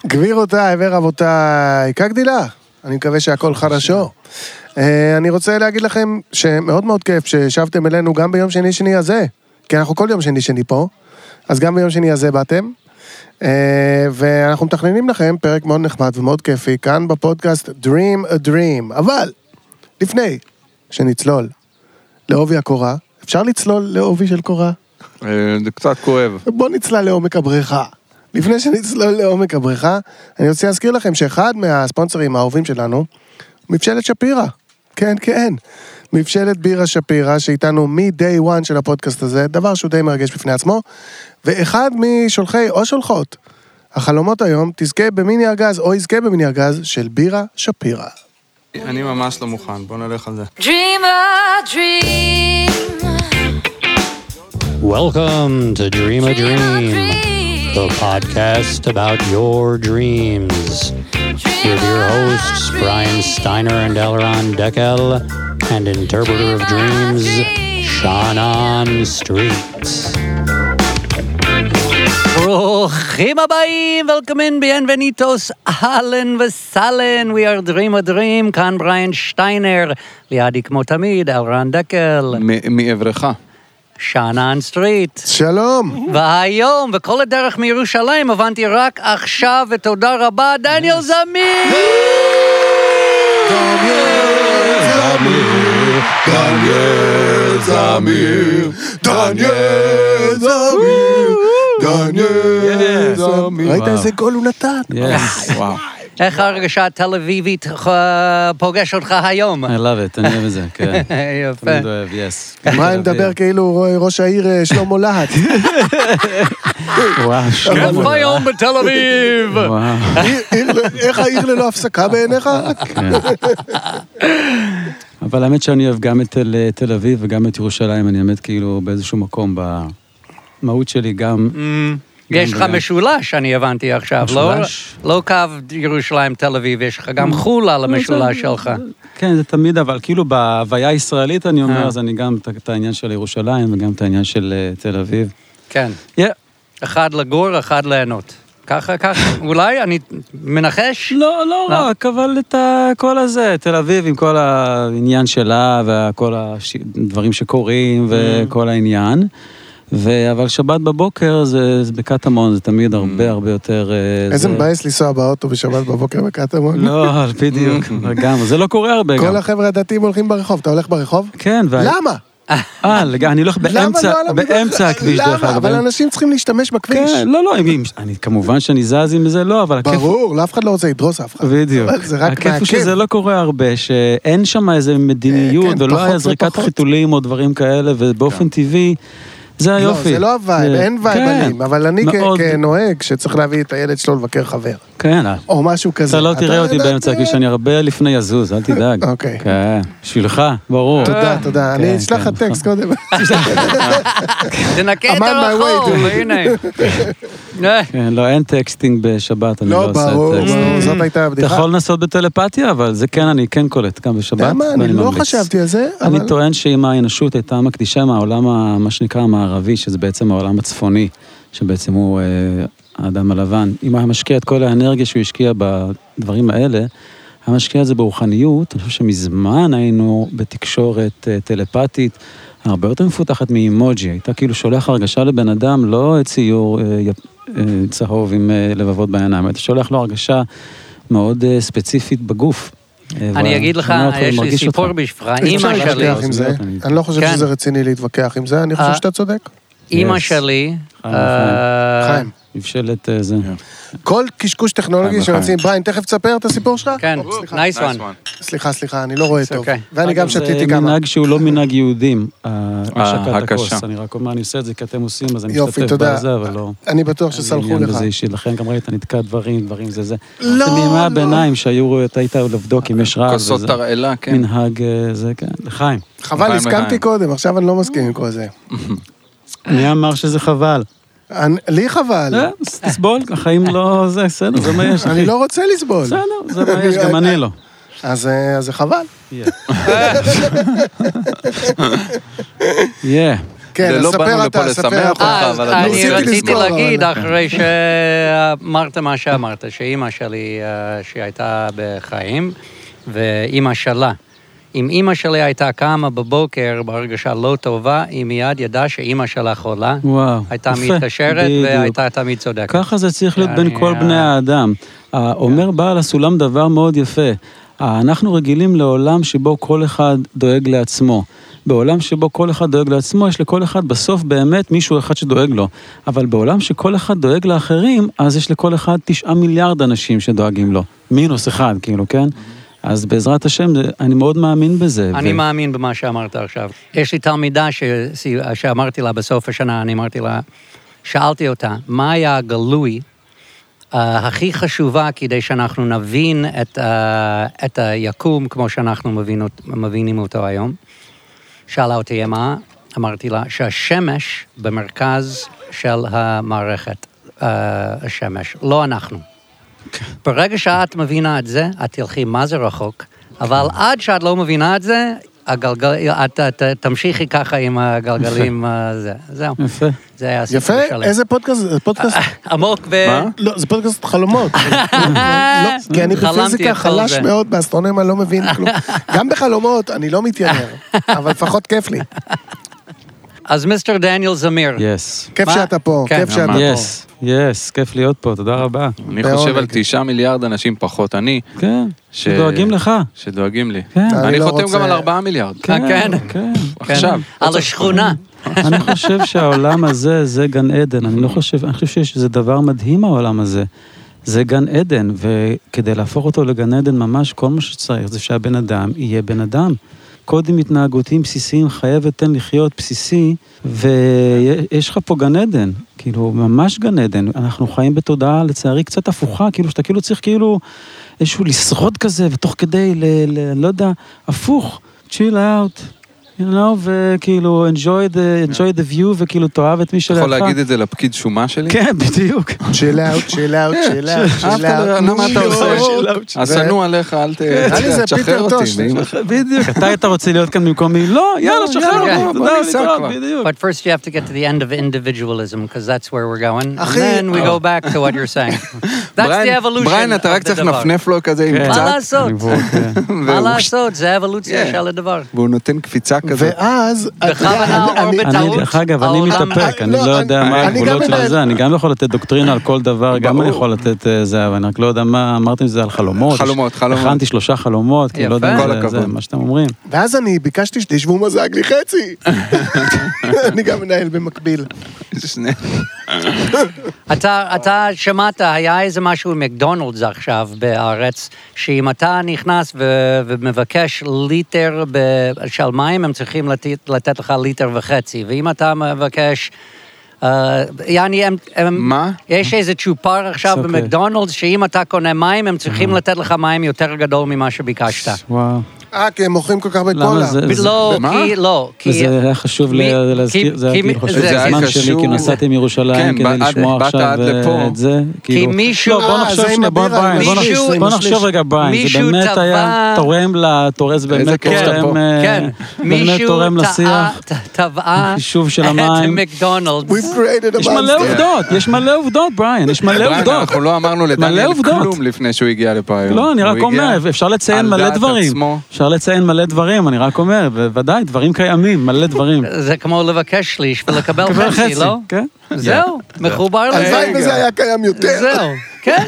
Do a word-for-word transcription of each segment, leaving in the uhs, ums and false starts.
גבירותיי ורבותיי, כגדילה, אני מקווה שהכל חדשו. אני רוצה להגיד לכם שמאוד מאוד כיף ששבתם אלינו גם ביום שני שני הזה, כי אנחנו כל יום שני שני פה, אז גם ביום שני הזה באתם, ואנחנו מתכננים לכם פרק מאוד נחמד ומאוד כיפי, כאן בפודקאסט Dream a Dream, אבל לפני שנצלול לעובי הקורה, אפשר לצלול לעובי של קורה? זה קצת כואב. בוא נצלל לעומק הבריכה. לפני שנצלול לעומק הבריכה, אני רוצה להזכיר לכם שאחד מהספונסרים האהובים שלנו, מבשלת שפירא. כן, כן. מבשלת בירה שפירא, שאיתנו מ-day one של הפודקאסט הזה, דבר שהוא די מרגש בפני עצמו, ואחד משולחי או שולחות, החלומות היום, תזכה במיני ארגז או יזכה במיני ארגז של בירה שפירא. אני ממש לא מוכן, בוא נלך על זה. Dream a dream. Welcome to Dream a Dream, the podcast about your dreams. With your hosts, Brian Steiner and Elron Deckel, and interpreter of dreams, Shannon Street. ברוכים הבאים, welcome in, bienvenidos, אהלן וסהלן, we are Dream a Dream, כאן בריין שטיינר, לידי כמו תמיד, אלרן דקל. מעברך. שאנן סטריט. שלום. והיום, וכל הדרך מירושלים, הבנתי רק עכשיו, ותודה רבה, דניאל זמיר! דניאל זמיר, דניאל זמיר, דניאל זמיר, דניאל זמיר. ראית איזה גול הוא נתן? וואו. איך הרגשה תל אביבית פוגש אותך היום? I love it, אני אוהב את זה, כן. יפה. תמיד אוהב, yes. מה, אני מדבר כאילו ראש העיר שלמה להט. וואו, שלמה. כיף היום בתל אביב! וואו. איך העיר ללא הפסקה בעיניך? אבל האמת שאני אוהב גם את תל אביב וגם את ירושלים, אני האמת כאילו באיזשהו מקום במהות שלי גם... יש לך משולש, אני הבנתי עכשיו, משולש? לא קו ירושלים תל אביב, יש לך גם חול על המשולש שלך. כן, זה תמיד, אבל כאילו בהוויה הישראלית אני אומר, אז אני גם את העניין של ירושלים וגם את העניין של תל אביב. כן. אחד לגור, אחד ליהנות. ככה, ככה, אולי אני מנחש? לא, לא רק, אבל את כל הזה, תל אביב עם כל העניין שלה וכל הדברים שקורים וכל העניין. אבל שבת בבוקר זה בקטמון, זה תמיד הרבה הרבה יותר... איזה מבאס לנסוע באוטו בשבת בבוקר בקטמון? לא, בדיוק, גם, זה לא קורה הרבה גם. כל החבר'ה הדתיים הולכים ברחוב, אתה הולך ברחוב? כן. למה? אה, אני הולך באמצע הכביש דרך אגב. אבל אנשים צריכים להשתמש בכביש. כן, לא, לא, כמובן שאני זז עם זה, לא, אבל... ברור, לאף אחד לא רוצה לדרוס אף אחד. בדיוק. הכיף הוא שזה לא קורה הרבה, שאין שם איזה מדיניות, ולא היה זריקת חיתולים או דברים כאלה, ובאופן טבעי, זה היופי. לא, זה לא הווייב, אין וייבנים, אבל אני כנוהג שצריך להביא את הילד שלו לבקר חבר. כן. או משהו כזה. אתה לא תראה אותי באמצע, כי שאני הרבה לפני יזוז, אל תדאג. אוקיי. כן, בשבילך, ברור. תודה, תודה. אני אשלח לך טקסט קודם. תנקה את הרחוב, הנה. כן, לא, אין טקסטינג בשבת, אני לא עושה טקסטינג. לא, ברור, זאת הייתה הבדיחה. אתה יכול לנסות בטלפתיה, אבל זה כן, אני כן קולט גם בשבת. למה? אני לא חשבתי על זה. אני טוען שאם האנושות הייתה מקדישה מהעולם, מה שנקרא המערבי, שזה בעצם העולם הצפוני, שבעצם הוא האדם הלבן, אם היה משקיע את כל האנרגיה שהוא השקיע בדברים האלה, היה משקיע את זה ברוחניות, אני חושב שמזמן היינו בתקשורת טלפתית, הרבה יותר מפותחת מאימוג'י, הייתה כאילו שולח הרגשה לבן אדם, לא ציור צהוב עם לבבות בעיניים, הייתה שולח לו הרגשה מאוד ספציפית בגוף. אני אגיד לך, יש לי סיפור בשבילך, אמא שלי... אני לא חושב שזה רציני להתווכח עם זה, אני חושב שאתה צודק. אמא שלי... חיים. מבשלת זה. כל קשקוש טכנולוגי שמציעים, בריין, תכף תספר את הסיפור שלך? כן, נייס וואן. סליחה, סליחה, אני לא רואה טוב. ואני גם שתיתי זה כמה. מנהג שהוא לא מנהג יהודים, השקת הכוס. אני רק אומר, אני עושה את זה כי אתם עושים, אז אני משתתף בזה, אבל לא... אני בטוח שסלחו לך. לכן גם ראית, נתקע דברים, דברים זה זה. לא, זה מימי הביניים שהיו, אתה היית לבדוק אם יש רעב. כוסות תרעלה, כן. מנהג זה, כן. לחיים. חבל, הסכמתי קודם, עכשיו אני לא מסכים עם כל זה. מי אמר שזה חבל? לי חבל. תסבול, החיים לא זה, בסדר, זה מה יש. אני לא רוצה לסבול. בסדר, זה מה יש, גם אני לא. אז זה חבל. Yeah. כן, זה לא ספר באנו אתה, לפה ספר לשמח אתה. אותך, אז אבל... אני ניסיתי רציתי לזכור, להגיד, אבל- אחרי שאמרת מה שאמרת, שאימא שלי, אה, שהייתה בחיים, ואימא שלה. אם אימא שלי הייתה קמה בבוקר בהרגשה לא טובה, היא מיד ידעה שאימא שלה חולה. וואו, הייתה יפה, מתקשרת בדיוק. והייתה תמיד צודקת. ככה זה צריך להיות בין אני, כל אה, בני האדם. אומר בעל הסולם דבר מאוד יפה. אנחנו רגילים לעולם שבו כל אחד דואג לעצמו. בעולם שבו כל אחד דואג לעצמו, יש לכל אחד בסוף באמת מישהו אחד שדואג לו. אבל בעולם שכל אחד דואג לאחרים, אז יש לכל אחד תשעה מיליארד אנשים שדואגים לו. מינוס אחד, כאילו, כן? אז בעזרת השם, אני מאוד מאמין בזה. אני ו... מאמין במה שאמרת עכשיו. יש לי תלמידה ש... שאמרתי לה בסוף השנה, אני אמרתי לה, שאלתי אותה, מה היה הגלוי uh, הכי חשובה כדי שאנחנו נבין את, uh, את היקום כמו שאנחנו מבין, מבינים אותו היום? שאלה אותי מה? אמרתי לה שהשמש במרכז של המערכת, uh, השמש, לא אנחנו. ברגע שאת מבינה את זה, את תלכי מה זה רחוק, אבל עד שאת לא מבינה את זה, הגלגל, את, את, תמשיכי ככה עם הגלגלים, זה, זהו. יפה. זה היה הסיפור יפה, שלם. איזה פודקאסט? פודקאסט? עמוק ו... מה? לא, זה פודקאסט חלומות. לא, כי אני חלמתי בפיזיקה את כל חלש זה. מאוד, באסטרונומיה לא מבין כלום. גם בחלומות אני לא מתיימר, אבל לפחות כיף לי. אז מיסטר דניאל זמיר. יס. כיף מה? שאתה פה, כן. כיף שאתה פה. יס, יס, כיף להיות פה, תודה רבה. אני בעונג. חושב על תשעה מיליארד אנשים פחות אני, כן, ש- שדואגים לך. שדואגים לי. כן. אני אני לא חותם רוצה- גם על ארבעה מיליארד. כן. כן. כן. עכשיו. על השכונה. אני חושב שהעולם הזה זה גן עדן, אני לא חושב, אני חושב שזה דבר מדהים העולם הזה. זה גן עדן, וכדי להפוך אותו לגן עדן ממש, כל מה שצריך זה שהבן אדם יהיה בן אדם. קודים התנהגותיים בסיסיים, חייב ותן לחיות בסיסי, ויש לך פה גן עדן, כאילו, ממש גן עדן. אנחנו חיים בתודעה, לצערי, קצת הפוכה, כאילו, שאתה כאילו צריך כאילו איזשהו לשרוד כזה, ותוך כדי, ל, ל, לא יודע, הפוך, chill out, you know, וכאילו, enjoy the, enjoy the view, וכאילו, תאהב את מי שלך. יכול להגיד את זה לפקיד שומה שלי? כן, בדיוק. chill out, chill out, chill out, אף chill אחד לא- out. למה אתה עושה? ו- השנוא עליך, אל ת- נראה לי זה תשחרר פיטר אותי. טוש. ואמא- בדיוק, אתה היית רוצה להיות כאן במקומי, לא, יאללה, שחרר יאללה, אותי, בוא תודה, ניסע להתראות, כבר. בדיוק. But first you have to get to the end of individualism, because that's where we're going. And אחי, then we go back to what you're saying. That's the בריין- evolution בריין, אתה רק of the צריך דבר. לנפנף לו כזה עם כן. מה קצת, לעשות? מה והוא- לעשות? זה האבולוציה כן. של הדבר. והוא נותן קפיצה כזאת. ואז... אתה יודע, בכוונה אני- או אני- בטעות? אני, דרך אגב, אני העולם- מתאפק, אני לא, לא יודע אני- מה אני הגבולות גם של מנהל- זה, אני גם יכול לתת דוקטרינה על כל דבר, גם אני יכול לתת אה, זה, אבל אני רק לא יודע מה, אמרתם זה על חלומות. חלומות, יש- חלומות. הכנתי שלושה חלומות, כי לא יודע יפה. אם כל זה- הכבוד. זה מה שאתם אומרים. ואז אני ביקשתי שתשבו מזג לי חצי. אני גם מנהל במקביל. שני- אתה, אתה שמעת, היה איזה משהו עם מקדונלדס עכשיו בארץ, שאם אתה נכנס ו- ומבקש ליטר ב- של מים, הם צריכים לתת, לתת לך ליטר וחצי, ואם אתה מבקש... Uh, יעני, הם, הם, מה? יש איזה צ'ופר עכשיו It's okay. במקדונלדס, שאם אתה קונה מים, הם צריכים לתת לך מים יותר גדול ממה שביקשת. וואו. אה, כי הם מוכרים כל כך הרבה למה קולה. זה- לא, מה? כי, לא, כי... וזה היה חשוב מי- לי להזכיר, כי- זה היה כי- כאילו חשוב, זה זה היה הזמן קשור- שלי, כי נסעתי מירושלים כן, כדי באת- לשמוע באת עכשיו עד אה, לפה. את זה. כאילו- מישהו- לא, בוא אה, נחשוב זה עם שנייה, בוא הבירה, בריין, בוא מישהו- נחשוב- בוא עם השליש. נחשוב רגע בריין, זה מישהו באמת טבע- היה תורם לתורם, זה באמת כיף שאתה תורם, פה. אה, כן, באמת מישהו תורם טעה- לשיח. ט- טבעה החישוב של את המים. מקדונלדס. We've created a יש מלא monster. עובדות, יש מלא עובדות, בריין, יש מלא בריין, עובדות. אנחנו לא אמרנו מלא לדניאל עובדות. כלום לפני שהוא הגיע לפה היום. לא, אני רק הוא הגיע אומר, אפשר לציין על מלא דעת דברים. עצמו. אפשר לציין מלא דברים, אני רק אומר, בוודאי, דברים קיימים, מלא דברים. זה כמו לבקש שליש ולקבל קבל חצי, לא? כן? זהו, מחובר הלוואי לזה. וזה היה קיים יותר. זהו, כן.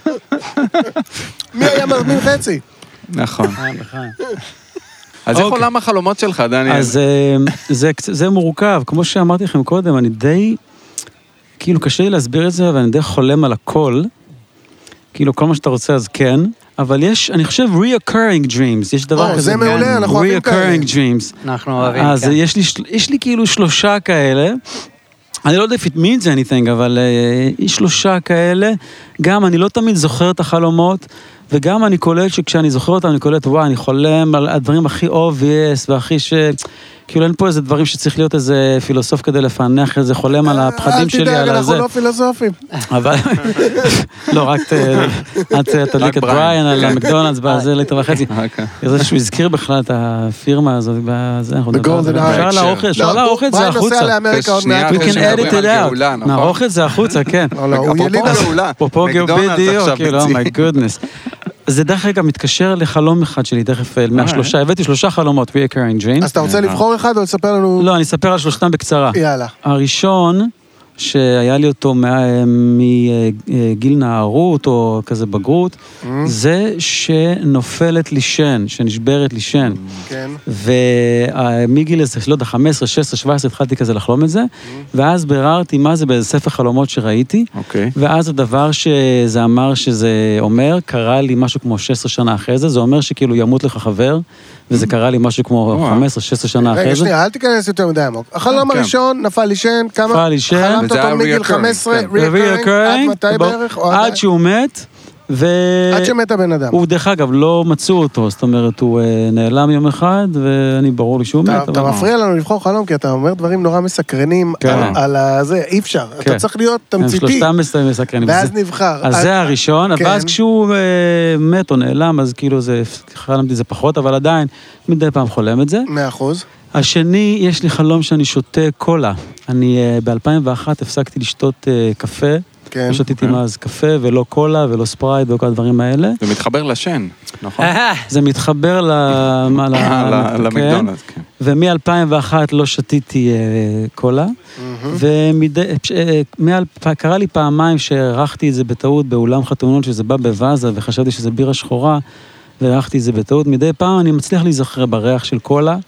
מי היה מזמין חצי? נכון. אז איך אוקיי. עולם החלומות שלך, דניאל? אז אה, זה, קצ- זה מורכב, כמו שאמרתי לכם קודם, אני די, כאילו קשה לי להסביר את זה, אבל אני די חולם על הכל, כאילו כל מה שאתה רוצה אז כן, אבל יש, אני חושב, reoccurring dreams, יש דבר או, כזה. זה מעולה, כן, אנחנו אוהבים reoccurring dreams. אנחנו אוהבים, אז כן. יש לי, של- יש לי כאילו שלושה כאלה, אני לא יודע if it means anything, אבל uh, יש שלושה כאלה, גם אני לא תמיד זוכר את החלומות, וגם אני קולט שכשאני זוכר אותם, אני קולט, וואי, אני חולם על הדברים הכי obvious, והכי ש... כאילו אין פה איזה דברים שצריך להיות איזה פילוסוף כדי לפענח איזה חולם על הפחדים שלי, אל על תדאג, הזה. אנחנו לא פילוסופים. אבל, לא, רק תדליק את בריין על המקדונלדס, בזה ליטר וחצי. זה שהוא הזכיר בכלל את הפירמה הזאת, בזה אנחנו נדבר. אפשר לערוך את זה החוצה. בריין נוסע לאמריקה עוד מעט. We can edit it out. נערוך את זה החוצה, כן. הוא יליד גאולה. אפרופו בדיוק, כאילו, oh my goodness. זה דרך אגב מתקשר לחלום אחד שלי, דרך מהשלושה, הבאתי שלושה חלומות, reoccurring dreams. אז אתה רוצה לבחור אחד או לספר לנו? לא, אני אספר על שלושתם בקצרה. יאללה. הראשון, שהיה לי אותו מגיל נערות או כזה בגרות, זה שנופלת לי שן, שנשברת לי שן. כן. ומגיל איזה, לא יודע, חמש עשרה, שש עשרה, שבע עשרה, התחלתי כזה לחלום את זה, ואז ביררתי מה זה באיזה ספר חלומות שראיתי, ואז הדבר שזה אמר שזה אומר, קרה לי משהו כמו שש עשרה שנה אחרי זה, זה אומר שכאילו ימות לך חבר, וזה קרה לי משהו כמו חמש עשרה, שש עשרה שנה אחרי זה. רגע, שנייה, אל תיכנס יותר מדי עמוק. החלום הראשון, נפל לי שן, כמה? נפל לי שן. חלמת אותו מגיל חמש עשרה, reoccurring, עד מתי בערך? עד שהוא מת, ו... עד שמת הבן אדם. הוא דרך אגב, לא מצאו אותו, זאת אומרת, הוא נעלם יום אחד, ואני ברור לי שהוא מת. אתה מפריע לנו לבחור חלום, כי אתה אומר דברים נורא מסקרנים על הזה, אי אפשר. אתה צריך להיות תמציתי. שלושתם מסקרנים. ואז נבחר. אז זה הראשון, ואז כשהוא מת או נעלם, אז כאילו זה, חלמתי זה פחות, אבל עדיין, מדי פעם חולם את זה. מאה אחוז. השני, יש לי חלום שאני שותה קולה. אני ב-אלפיים ואחת הפסקתי לשתות קפה. לא שתיתי מאז קפה ולא קולה ולא ספרייט וכל הדברים האלה. זה מתחבר לשן, נכון? זה מתחבר למקדונלדס, כן. ומ-אלפיים ואחת לא שתיתי קולה, וקרה לי פעמיים שערכתי את זה בטעות באולם חתונות, שזה בא בוואזה, וחשבתי שזה בירה שחורה, וערכתי את זה בטעות. מדי פעם אני מצליח להיזכר בריח של קולה,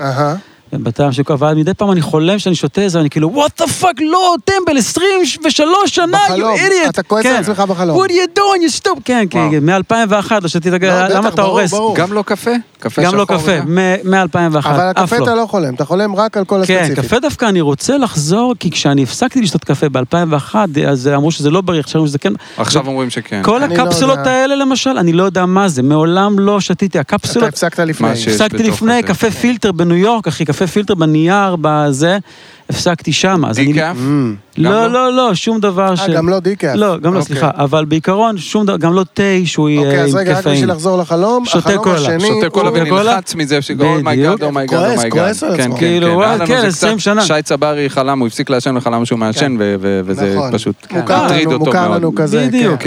בטעם של קולה, ומדי פעם אני חולם שאני שותה את זה, אני כאילו, what the fuck, לא, טמבל, עשרים ושלוש שנה, you idiot. אתה כועס על עצמך בחלום. What are you doing, you stupid? כן, כן, מ-אלפיים ואחת, לא שתיתי, למה אתה הורס? גם לא קפה? גם לא קפה, מ-אלפיים ואחת, אבל הקפה אתה לא חולם, אתה חולם רק על כל הספציפית. כן, קפה דווקא אני רוצה לחזור, כי כשאני הפסקתי לשתות קפה ב-אלפיים ואחת, אז אמרו שזה לא בריא, עכשיו שזה כן. עכשיו אומרים שכן. כל הקפסולות האלה למשל, אני לא יודע מה זה, מעולם לא שתיתי, הקפסולות. אתה הפסקת לפני. הפסקתי לפני, קפה פילטר בניו יורק, אחי, קפה פילטר בנייר, בזה, הפסקתי שם. דיקאף? לא, לא, לא, שום דבר ש... אה, גם לא דיקאף. לא, גם לא, סליחה, אבל בעיקרון, שום דבר, גם לא תה שהוא יהיה עם קפאין. אוקיי, אז רגע, רק בשביל לחזור לחלום, החלום השני... שותה קולה ונלחץ מזה, אומייגאד, אומייגאד, אומייגאד. כועס על עצמו. כאילו, כן, עשרים שנה. שי צברי חלם, הוא הפסיק לעשן וחלם שהוא מעשן, וזה פשוט מטריד אותו מאוד. מוכר לנו כזה, בדיוק.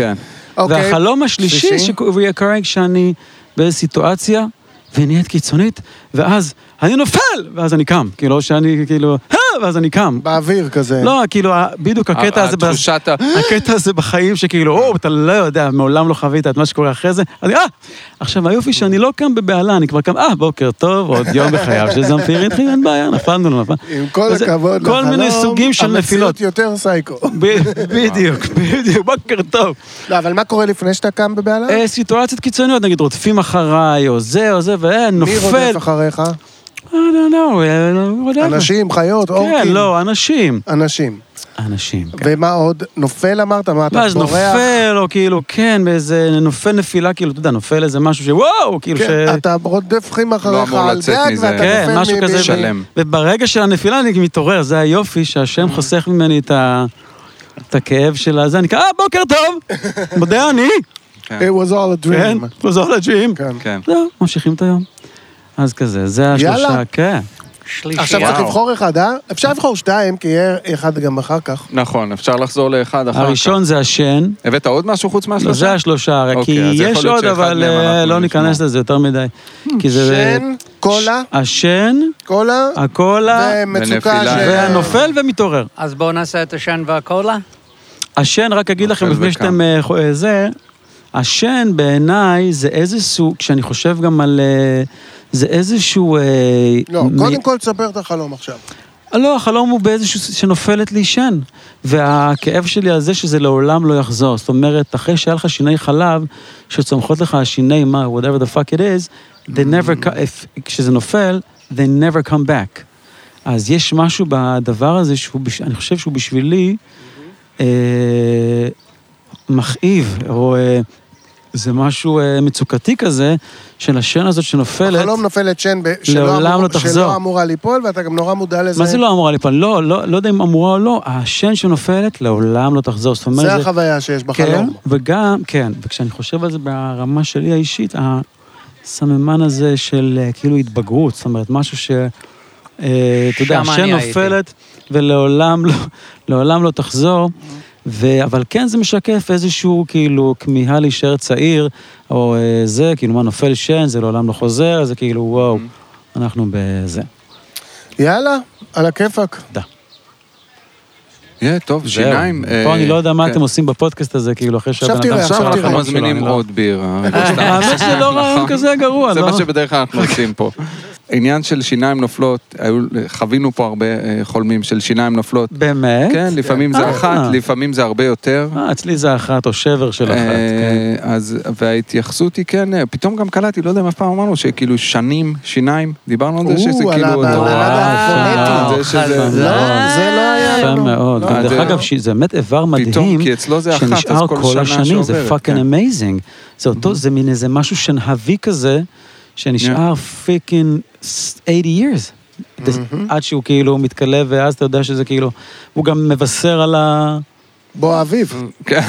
והחלום השלישי שקורה שאני באיזו סיטואציה, ונהיית קיצונית, ואז אני נופל, ואז אני קם, כאילו שאני, כאילו, ואז אני קם. באוויר כזה. לא, כאילו, בדיוק הקטע הזה, הקטע הזה בחיים שכאילו, או, אתה לא יודע, מעולם לא חווית את מה שקורה אחרי זה, אז, אה, עכשיו, היופי שאני לא קם בבעלה, אני כבר קם, אה, בוקר טוב, עוד יום בחייו, שזה מפיר איתכם, אין בעיה, נפלנו, לא נפל. עם כל הכבוד כל מיני סוגים של נפילות. המציאות יותר סייקו. בדיוק, בדיוק, בוקר טוב. לא, אבל מה קורה לפני שאתה קם בבעלה? סיטואציות קיצוניות, נגיד, רודפים אחריי, או זה, או זה, ונופל. מי רודף אחריך? I don't know, אנשים, חיות, אורקים. כן, לא, אנשים. אנשים. אנשים, כן. ומה עוד? נופל אמרת? מה, אתה בורח? נופל, או כאילו, כן, באיזה נופל נפילה, כאילו, אתה יודע, נופל איזה משהו שוואו, כאילו ש... כן, אתה רודפים אחריך על גג, ואתה נופל מזה שלם. וברגע של הנפילה אני מתעורר, זה היופי שהשם חוסך ממני את הכאב של הזה, אני ככה, אה, בוקר טוב, מודה אני. It was all a dream. כן, it was all a dream. כן. זהו, ממשיכים את היום. אז כזה, זה השלושה, כן. עכשיו צריך לבחור אחד, אה? אפשר לבחור שתיים, כי יהיה אחד גם אחר כך. נכון, אפשר לחזור לאחד אחר כך. הראשון זה השן. הבאת עוד משהו חוץ מהשלושה? זה השלושה, כי יש עוד, אבל לא ניכנס לזה יותר מדי. שן, קולה. השן. קולה. הקולה. ומצוקה. והנופל ומתעורר. אז בואו נעשה את השן והקולה. השן, רק אגיד לכם, לפני שאתם זה, השן בעיניי זה איזה סוג, כשאני חושב גם על... זה איזשהו... לא, קודם כל תספר את החלום עכשיו. לא, החלום הוא באיזשהו שנופלת לי שן. והכאב שלי על זה שזה לעולם לא יחזור. זאת אומרת, אחרי שהיה לך שיני חלב, שצומחות לך שיני מה, whatever the fuck it is, they never, כשזה נופל, they never come back. אז יש משהו בדבר הזה, אני חושב שהוא בשבילי מכאיב, או זה משהו מצוקתי כזה, של השן הזאת שנופלת. החלום נופלת שן שלא אמורה ליפול, ואתה גם נורא מודע לזה. מה זה לא אמורה ליפול? לא, לא יודע אם אמורה או לא, השן שנופלת לעולם לא תחזור. זה החוויה שיש בחלום. וגם, כן, וכשאני חושב על זה ברמה שלי האישית, הסממן הזה של כאילו התבגרות, זאת אומרת, משהו ש... אתה יודע, השן נופלת ולעולם לא, לעולם לא תחזור, אבל כן זה משקף איזשהו כאילו כמיהה להישאר צעיר, או זה, כאילו מה נופל שן, זה לעולם לא חוזר, זה כאילו וואו, אנחנו בזה. יאללה, על הכיפק. דה. יהיה, טוב, שיניים. פה אני לא יודע מה אתם עושים בפודקאסט הזה, כאילו אחרי שהבן אדם... עכשיו אנחנו מזמינים עוד בירה. האמת שזה לא רעיון כזה גרוע, זה מה שבדרך כלל אנחנו עושים פה. עניין של שיניים נופלות, חווינו פה הרבה חולמים של שיניים נופלות. באמת? כן, לפעמים זה אחת, לפעמים זה הרבה יותר. אצלי זה אחת או שבר של אחת, כן. אז, וההתייחסות היא כן, פתאום גם קלטתי, לא יודע מה פעם אמרנו, שכאילו שנים, שיניים, דיברנו על זה שזה כאילו... זה לא היה מאוד. דרך אגב, זה באמת איבר מדהים, שנשאר כל השנים, זה fucking amazing. זה מין איזה משהו שנהבי כזה, שנשאר פיקין שמונים years, עד שהוא כאילו מתקלב, ואז אתה יודע שזה כאילו, הוא גם מבשר על ה... בוא אביב.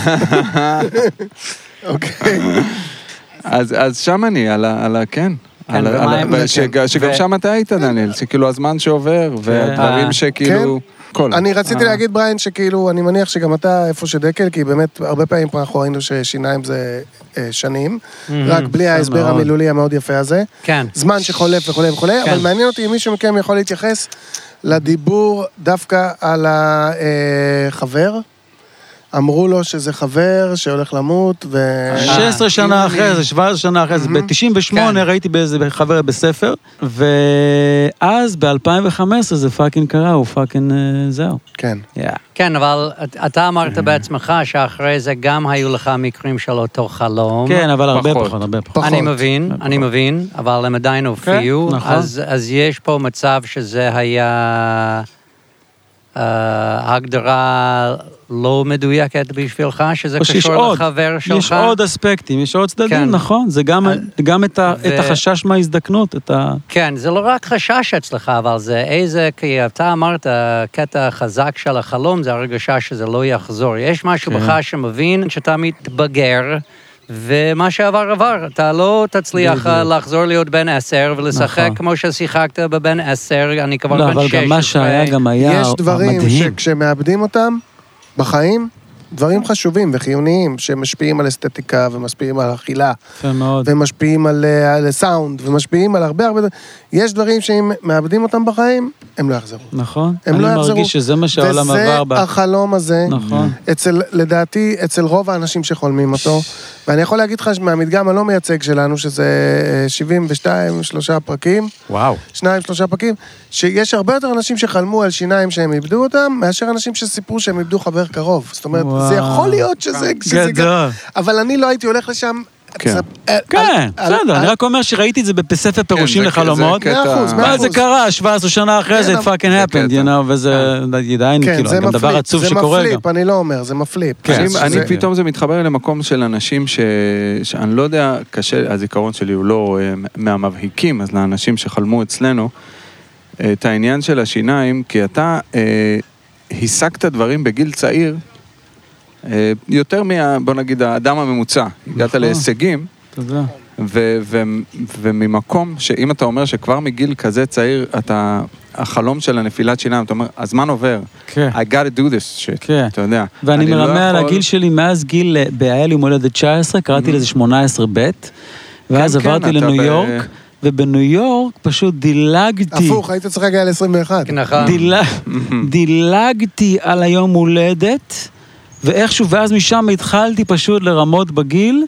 אוקיי. אז שם אני, על ה... כן. שגם שם אתה היית, דניאל, שכאילו הזמן שעובר, והדברים שכאילו... אני רציתי להגיד, בריין, שכאילו, אני מניח שגם אתה איפה שדקל, כי באמת הרבה פעמים פה אנחנו ראינו ששיניים זה שנים, רק בלי ההסבר המילולי המאוד יפה הזה. כן. זמן שחולף וכו' וכו', אבל מעניין אותי אם מישהו מכם יכול להתייחס לדיבור דווקא על החבר. אמרו לו שזה חבר שהולך למות, ו... שש עשרה שנה אחרי זה, שבע עשרה שנה אחרי זה, ב-תשעים ושמונה ראיתי באיזה חבר בספר, ואז ב-אלפיים וחמש עשרה זה פאקינג קרה, הוא פאקינג זהו. כן. כן, אבל אתה אמרת בעצמך שאחרי זה גם היו לך מקרים של אותו חלום. כן, אבל הרבה פחות, הרבה פחות. אני מבין, אני מבין, אבל הם עדיין הופיעו, אז יש פה מצב שזה היה... ההגדרה לא מדויקת בשבילך, שזה קשור לחבר שלך? יש עוד אספקטים, יש עוד צדדים, נכון, זה גם את החשש מההזדקנות, את ה... כן, זה לא רק חשש אצלך, אבל זה איזה, כי אתה אמרת, קטע חזק של החלום, זה הרגשה שזה לא יחזור. יש משהו בך שמבין שאתה מתבגר, ומה שעבר עבר, אתה לא תצליח לחזור להיות בן עשר ולשחק כמו ששיחקת בבן עשר, אני כבר בן שש. לא, אבל גם מה שהיה גם היה מדהים. יש דברים שכשמאבדים אותם בחיים, דברים חשובים וחיוניים שמשפיעים על אסתטיקה ומשפיעים על אכילה, ומשפיעים על סאונד, ומשפיעים על הרבה הרבה... יש דברים שאם מאבדים אותם בחיים, הם לא יחזרו. נכון. הם לא יחזרו. אני מרגיש שזה מה שהעולם עבר בה. וזה החלום הזה, אצל, לדעתי, אצל רוב האנשים שחולמים אותו, ואני יכול להגיד לך מהמדגם הלא מייצג שלנו, שזה שבעים ושתיים, שלושה פרקים, וואו. שניים, שלושה פרקים, שיש הרבה יותר אנשים שחלמו על שיניים שהם איבדו אותם, מאשר אנשים שסיפרו שהם איבדו חבר קרוב. זאת אומרת, וואו. זה יכול להיות שזה... שזה גם, אבל אני לא הייתי הולך לשם... כן, כן, בסדר, אני רק אומר שראיתי את זה בספר פירושים לחלומות, אבל זה קרה, שבע עשרה שנה אחרי זה, it fucking happened, you know, וזה עדיין, כאילו, גם דבר עצוב שקורה גם. זה מפליפ, אני לא אומר, זה מפליפ. אני פתאום זה מתחבר למקום של אנשים שאני לא יודע, קשה, הזיכרון שלי הוא לא מהמבהיקים, אז לאנשים שחלמו אצלנו, את העניין של השיניים, כי אתה השגת דברים בגיל צעיר, יותר מה, בוא נגיד, האדם הממוצע. הגעת להישגים. תודה. וממקום שאם אתה אומר שכבר מגיל כזה צעיר, אתה, החלום של הנפילת שיניים, אתה אומר, הזמן עובר. כן. I gotta do this shit. כן. אתה יודע. ואני מרמה על הגיל שלי, מאז גיל, היה לי מולדת תשע עשרה, קראתי לזה שמונה עשרה ב', ואז עברתי לניו יורק, ובניו יורק פשוט דילגתי. הפוך, היית צריך להגיע ל-עשרים ואחת. דילגתי על היום הולדת, ואיכשהו, ואז משם התחלתי פשוט לרמות בגיל,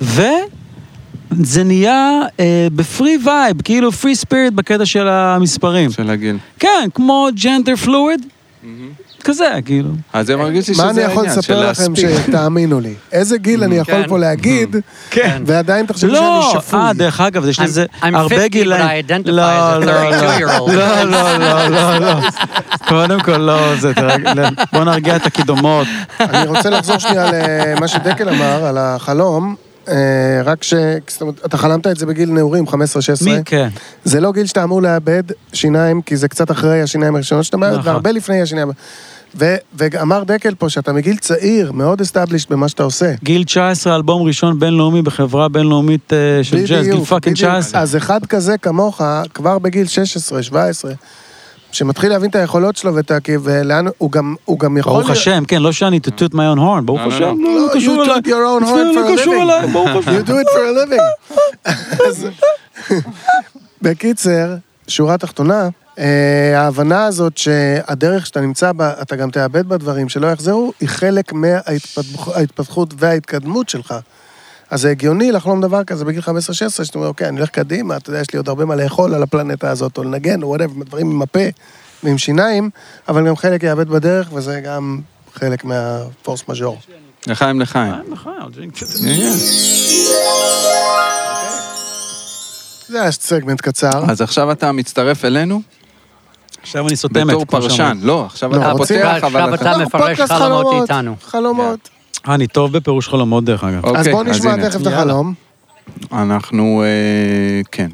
וזה נהיה אה, בפרי וייב, כאילו פרי ספיריט בקטע של המספרים. של הגיל. כן, כמו ג'נדר פלואיד, כזה, כאילו. אז זה מרגיש לי שזה העניין. מה אני יכול לספר לכם שתאמינו לי? איזה גיל אני יכול פה להגיד, ועדיין תחשבי שאני שפוי. אה, דרך אגב, יש לזה הרבה גילים. לא, לא, לא, לא, לא, לא. קודם כל, לא, זה, בוא נרגיע את הקידומות. אני רוצה לחזור שנייה למה שדקל אמר, על החלום. אה, רק ש... זאת אומרת, אתה חלמת את זה בגיל נעורים, חמש עשרה שש עשרה. מי? כן. זה לא גיל שאתה אמור לאבד שיניים, כי זה קצת אחרי השיניים הראשונות שאתה מאבד, נכון. והרבה לפני השיניים. ו- ואמר דקל פה שאתה מגיל צעיר, מאוד established במה שאתה עושה. גיל תשע עשרה, אלבום ראשון בינלאומי בחברה בינלאומית אה, של ג'אז, גיל פאקינג בדיוק. תשע עשרה. אז אחד כזה כמוך, כבר בגיל שש עשרה שבע עשרה, שמתחיל להבין את היכולות שלו ואת ה... ולאן הוא גם, הוא גם יכול... ברוך השם, כן, לא שאני to toot my own horn, ברוך לא, לא, השם, לא. לא קשור You אליי. took your own horn לא for a קשור living. אליי, ברוך השם. You do it for a living. אז, בקיצר, שורה תחתונה, אה, ההבנה הזאת שהדרך שאתה נמצא בה, אתה גם תאבד בדברים שלא יחזרו, היא חלק מההתפתחות וההתקדמות שלך. אז זה הגיוני לחלום דבר כזה בגיל חמש עשרה שש עשרה, שאתה אומר, אוקיי, אני הולך קדימה, אתה יודע, יש לי עוד הרבה מה לאכול על הפלנטה הזאת, או לנגן, או whatever, דברים עם הפה ועם שיניים, אבל גם חלק יאבד בדרך, וזה גם חלק מהפורס מז'ור. לחיים לחיים. זה היה סגמנט קצר. אז עכשיו אתה מצטרף אלינו? עכשיו אני סותמת. בתור כמו פרשן. שאומרים. לא, עכשיו לא, אתה רוצים- פותח, אבל עכשיו אתה... אתה מפרש פודקאסט חלומות איתנו. חלומות. אה, אני טוב בפירוש חלומות דרך אגב. אוקיי, אז בואו נשמע הנה. תכף את החלום. אנחנו, אה, כן.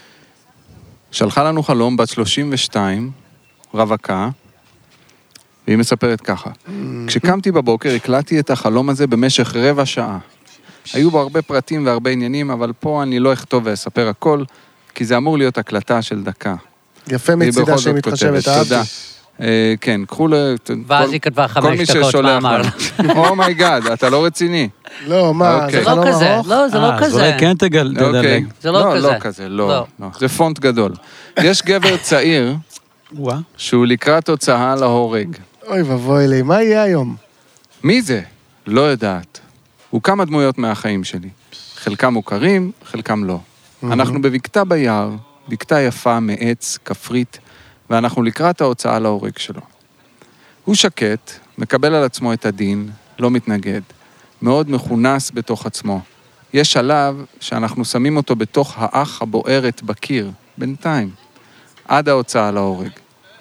שלחה לנו חלום בת שלושים ושתיים, רווקה, והיא מספרת ככה. כשקמתי בבוקר, הקלטתי את החלום הזה במשך רבע שעה. היו בו הרבה פרטים והרבה עניינים, אבל פה אני לא אכתוב ואספר הכל, כי זה אמור להיות הקלטה של דקה. יפה היא מצידה בכל שהיא זאת מתחשבת, כותבת, תודה. אהבתי. אה, כן, קחו ל... ואז כל- היא כתבה כל חמש מי דקות ששולח מאמר. לנו. אומייגאד, אתה לא רציני. לא, מה, אוקיי. זה זה לא חלום כזה, ארוך? לא, זה לא אה, אז כזה. אולי כן תגל- אוקיי. תדלג. זה לא כזה. לא כזה, לא. לא. לא. זה פונט גדול. יש גבר צעיר וואה. שהוא לקראת הוצאה להורג. אוי ואבוי לי, מה יהיה היום? מי זה? לא יודעת. הוא כמה דמויות מהחיים שלי. חלקם מוכרים, חלקם לא. אנחנו בבקתה ביער, בקתה יפה מעץ, כפרית, ואנחנו לקראת ההוצאה להורג שלו. הוא שקט, מקבל על עצמו את הדין, לא מתנגד, מאוד מכונס בתוך עצמו. יש שלב שאנחנו שמים אותו בתוך האח הבוערת בקיר, בינתיים, עד ההוצאה להורג.